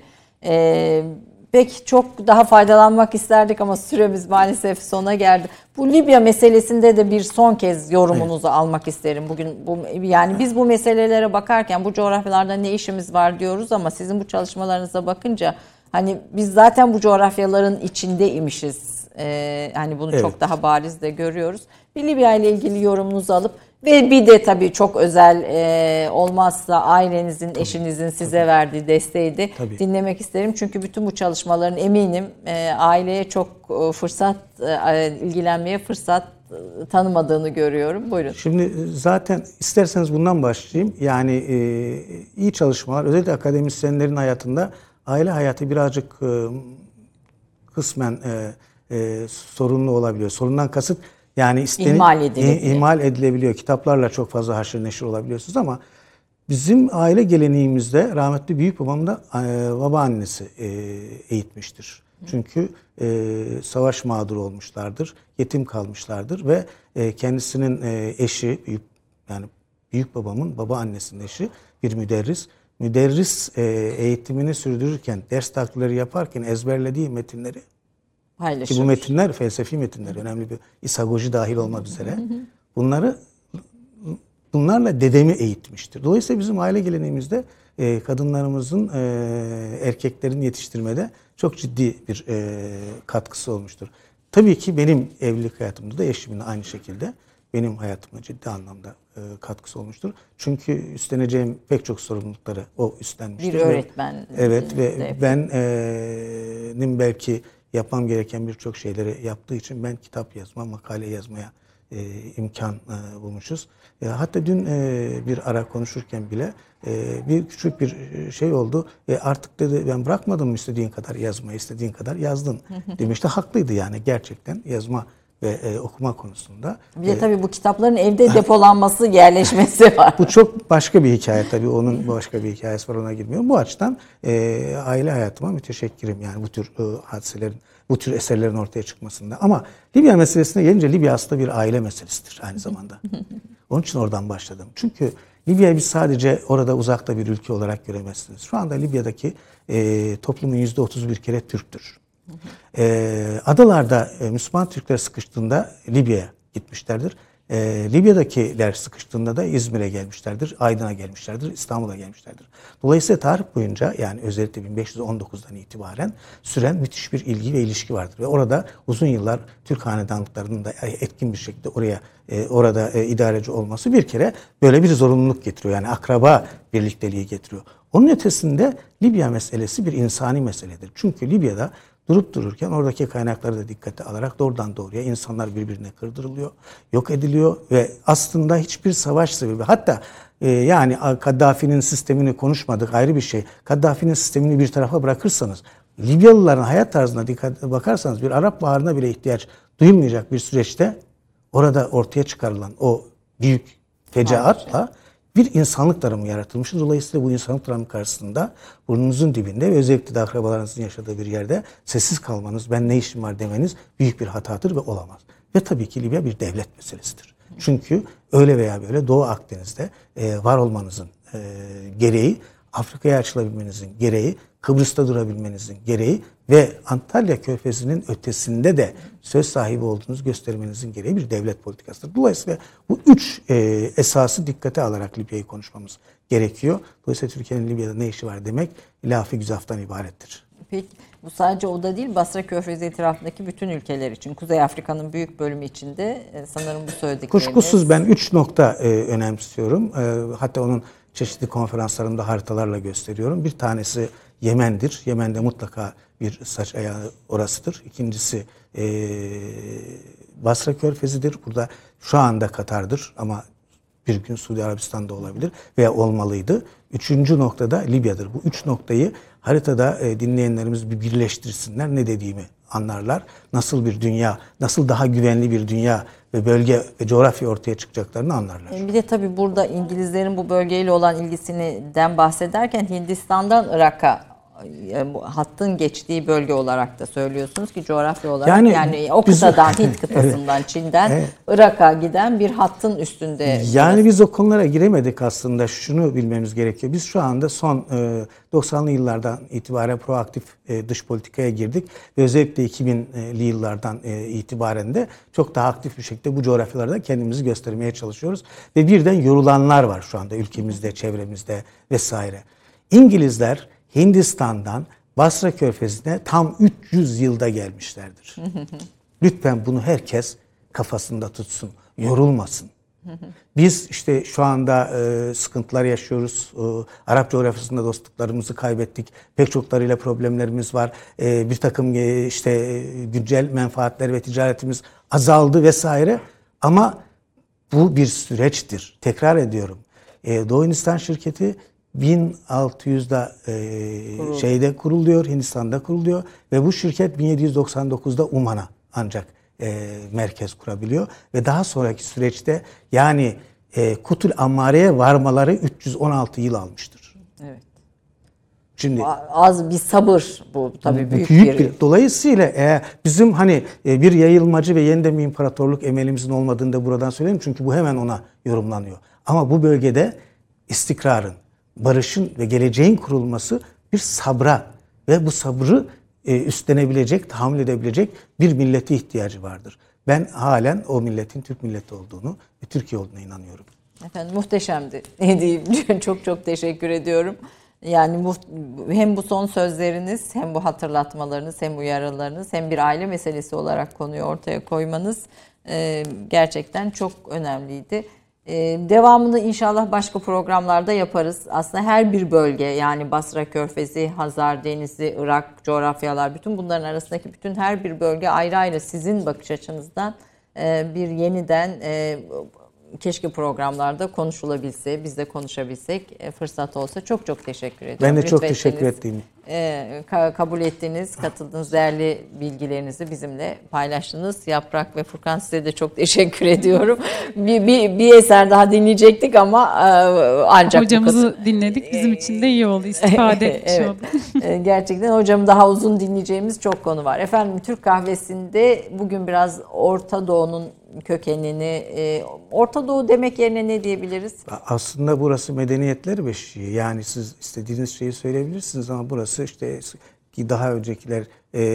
E, Peki çok daha faydalanmak isterdik ama süremiz maalesef sona geldi. Bu Libya meselesinde de bir son kez yorumunuzu evet. almak isterim. Bugün bu yani biz bu meselelere bakarken bu coğrafyalarda ne işimiz var diyoruz ama sizin bu çalışmalarınıza bakınca hani biz zaten bu coğrafyaların içindeymişiz. Ee, hani bunu evet. çok daha bariz de görüyoruz. Bir Libya ile ilgili yorumunuzu alıp ve bir de tabii çok özel e, olmazsa ailenizin, tabii, eşinizin size tabii. verdiği desteği de tabii. dinlemek isterim. Çünkü bütün bu çalışmaların eminim e, aileye çok e, fırsat, e, ilgilenmeye fırsat e, tanımadığını görüyorum. Buyurun. Şimdi zaten isterseniz bundan başlayayım. Yani e, iyi çalışmalar, özellikle akademisyenlerin hayatında aile hayatı birazcık e, kısmen e, e, sorunlu olabiliyor. Sorundan kasıt Yani istenip, İhmal edilebiliyor. ihmal edilebiliyor. Kitaplarla çok fazla haşır neşir olabiliyorsunuz ama bizim aile geleneğimizde rahmetli büyük babam da e, babaannesi e, eğitmiştir. Çünkü e, savaş mağduru olmuşlardır, yetim kalmışlardır ve e, kendisinin e, eşi, büyük, yani büyük babamın babaannesinin eşi bir müderris. Müderris e, eğitimini sürdürürken, ders takdirleri yaparken ezberlediği metinleri, ki bu metinler felsefi metinler, önemli bir isagoji dahil olmak üzere, bunları bunlarla dedemi eğitmiştir. Dolayısıyla bizim aile geleneğimizde e, kadınlarımızın e, erkeklerin yetiştirmede çok ciddi bir e, katkısı olmuştur. Tabii ki benim evlilik hayatımda da eşimin aynı şekilde benim hayatıma ciddi anlamda e, katkısı olmuştur. Çünkü üstleneceğim pek çok sorumlulukları o üstlenmiştir. Bir öğretmen. Evet ve de. benim belki yapmam gereken birçok şeyleri yaptığı için ben kitap yazma, makale yazmaya e, imkan e, bulmuşuz. E, hatta dün e, bir ara konuşurken bile e, bir küçük bir şey oldu. E, artık dedi ben bırakmadım mı istediğin kadar yazmayı, istediğin kadar yazdın demişti. Haklıydı yani gerçekten yazma ve e, okuma konusunda. Bir de e, tabii bu kitapların evde depolanması, yerleşmesi var. Bu çok başka bir hikaye tabii. Onun başka bir hikayesi var, ona girmiyorum. Bu açıdan e, aile hayatıma müteşekkirim yani bu tür e, hadiselerin, bu tür eserlerin ortaya çıkmasında. Ama Libya meselesine gelince Libya aslında bir aile meselesidir aynı zamanda. Onun için oradan başladım. Çünkü Libya'yı biz sadece orada uzakta bir ülke olarak göremezsiniz. Şu anda Libya'daki e, toplumun yüzde otuz bir kere Türktür. E, adalarda e, Müslüman Türkler sıkıştığında Libya'ya gitmişlerdir. E, Libya'dakiler sıkıştığında da İzmir'e gelmişlerdir, Aydın'a gelmişlerdir, İstanbul'a gelmişlerdir. Dolayısıyla tarih boyunca yani özellikle bin beş yüz on dokuzdan itibaren süren müthiş bir ilgi ve ilişki vardır. Ve orada uzun yıllar Türk hanedanlıklarının da etkin bir şekilde oraya e, orada e, idareci olması bir kere böyle bir zorunluluk getiriyor. Yani akraba birlikteliği getiriyor. Onun ötesinde Libya meselesi bir insani meseledir. Çünkü Libya'da durup dururken oradaki kaynakları da dikkate alarak doğrudan doğruya insanlar birbirine kırdırılıyor, yok ediliyor ve aslında hiçbir savaş sebebi, hatta e, yani Kaddafi'nin sistemini konuşmadık ayrı bir şey. Kaddafi'nin sistemini bir tarafa bırakırsanız, Libyalıların hayat tarzına dikkate bakarsanız bir Arap Baharı'na bile ihtiyaç duyulmayacak bir süreçte orada ortaya çıkarılan o büyük fecaatla bir insanlık dramı yaratılmıştır. Dolayısıyla bu insanlık dramı karşısında burnunuzun dibinde ve özellikle de akrabalarınızın yaşadığı bir yerde sessiz kalmanız, ben ne işim var demeniz büyük bir hatadır ve olamaz. Ve tabii ki Libya bir devlet meselesidir. Çünkü öyle veya böyle Doğu Akdeniz'de e, var olmanızın e, gereği, Afrika'ya açılabilmenizin gereği, Kıbrıs'ta durabilmenizin gereği ve Antalya Körfezi'nin ötesinde de söz sahibi olduğunuzu göstermenizin gereği bir devlet politikasıdır. Dolayısıyla bu üç e, esası dikkate alarak Libya'yı konuşmamız gerekiyor. Dolayısıyla Türkiye'nin Libya'da ne işi var demek laf-ı güzaftan ibarettir. Peki bu sadece o da değil, Basra Körfezi etrafındaki bütün ülkeler için, Kuzey Afrika'nın büyük bölümü için de sanırım bu söyledikleriniz. Kuşkusuz ben üç nokta e, önemsiyorum. E, hatta onun çeşitli konferanslarımda haritalarla gösteriyorum. Bir tanesi Yemen'dir. Yemen'de mutlaka bir saç ayağı orasıdır. İkincisi e, Basra Körfezi'dir. Burada şu anda Katar'dır ama bir gün Suudi Arabistan'da olabilir veya olmalıydı. Üçüncü noktada Libya'dır. Bu üç noktayı haritada e, dinleyenlerimiz bir birleştirsinler, ne dediğimi anlarlar. Nasıl bir dünya, nasıl daha güvenli bir dünya ve bölge ve coğrafya ortaya çıkacaklarını anlarlar. Bir de tabii burada İngilizlerin bu bölgeyle olan ilgisinden bahsederken Hindistan'dan Irak'a yani bu hattın geçtiği bölge olarak da söylüyorsunuz ki coğrafya olarak yani, yani o kıtadan, Hint kıtasından, evet, Çin'den evet, Irak'a giden bir hattın üstünde. Yani burası. Biz o konulara giremedik aslında. Şunu bilmemiz gerekiyor. Biz şu anda son e, doksanlı yıllardan itibaren proaktif e, dış politikaya girdik ve özellikle iki binli yıllardan e, itibaren de çok daha aktif bir şekilde bu coğrafyalarda kendimizi göstermeye çalışıyoruz ve birden yorulanlar var şu anda ülkemizde, çevremizde vesaire. İngilizler Hindistan'dan Basra Körfezi'ne tam üç yüz yılda gelmişlerdir. Lütfen bunu herkes kafasında tutsun, yorulmasın. Biz işte şu anda e, sıkıntılar yaşıyoruz. E, Arap coğrafyasında dostluklarımızı kaybettik. Pek çoklarıyla problemlerimiz var. E, bir takım e, işte e, güncel menfaatler ve ticaretimiz azaldı vesaire. Ama bu bir süreçtir. Tekrar ediyorum. E, Doğu Hindistan şirketi bin altı yüzde e, şeyde kuruluyor, Hindistan'da kuruluyor ve bu şirket bin yedi yüz doksan dokuzda Uman'a ancak e, merkez kurabiliyor. Ve daha sonraki süreçte yani e, Kutul Ammare'ye varmaları üç yüz on altı yıl almıştır. Evet. Şimdi Az bir sabır bu tabii büyük, büyük bir... bir. Dolayısıyla eğer bizim hani e, bir yayılmacı ve yeniden bir imparatorluk emelimizin olmadığını da buradan söyleyeyim. Çünkü bu hemen ona yorumlanıyor. Ama bu bölgede istikrarın, barışın ve geleceğin kurulması bir sabra ve bu sabrı e, üstlenebilecek, tahammül edebilecek bir millete ihtiyacı vardır. Ben halen o milletin Türk milleti olduğunu ve Türkiye olduğuna inanıyorum. Efendim muhteşemdi. Ne diyeyim? Çok çok teşekkür ediyorum. Yani bu, hem bu son sözleriniz, hem bu hatırlatmalarınız, hem uyarılarınız, hem bir aile meselesi olarak konuyu ortaya koymanız e, gerçekten çok önemliydi. E, devamını inşallah başka programlarda yaparız. Aslında her bir bölge, yani Basra Körfezi, Hazar Denizi, Irak coğrafyalar, bütün bunların arasındaki bütün her bir bölge ayrı ayrı sizin bakış açınızdan e, bir yeniden e, keşke programlarda konuşulabilse, biz de konuşabilsek, e, fırsat olsa. Çok çok teşekkür ediyorum. Ben de çok Lütfettiniz, teşekkür ettiğimi. E, ka- kabul ettiniz, katıldığınız, değerli bilgilerinizi bizimle paylaştınız. Yaprak ve Furkan, size de çok teşekkür ediyorum. Bir, bir, bir eser daha dinleyecektik ama e, ancak Hocamızı dinledik. Bizim için de iyi oldu. İstifade etmiş evet. olduk. Gerçekten hocam, daha uzun dinleyeceğimiz çok konu var. Efendim, Türk kahvesinde bugün biraz Orta Doğu'nun kökenini, e, Orta Doğu demek yerine ne diyebiliriz? Aslında burası medeniyetler beşiği. Yani siz istediğiniz şeyi söyleyebilirsiniz ama burası işte ki daha öncekiler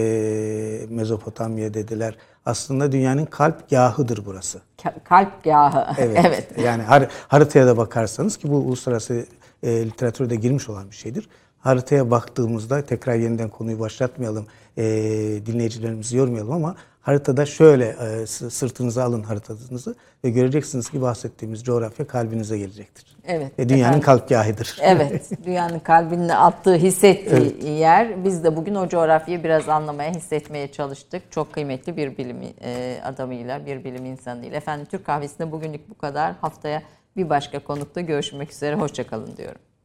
e, Mezopotamya dediler. Aslında dünyanın kalpgahıdır burası. Kalp gahı. Evet. Evet. Yani har- haritaya da bakarsanız, ki bu uluslararası e, literatürde girmiş olan bir şeydir. Haritaya baktığımızda, tekrar yeniden konuyu başlatmayalım, e, dinleyicilerimizi yormayalım ama haritada şöyle e, sırtınıza alın haritanızı ve göreceksiniz ki bahsettiğimiz coğrafya kalbinize gelecektir. Evet. Ve dünyanın efendim, kalpgahıdır. Evet. Dünyanın kalbinin attığı, hissettiği evet. yer. Biz de bugün o coğrafyayı biraz anlamaya, hissetmeye çalıştık. Çok kıymetli bir bilim e, adamıyla, bir bilim insanıyla. Efendim, Türk Kahvesi'nde bugünlük bu kadar. Haftaya bir başka konukta görüşmek üzere. Hoşça kalın diyorum.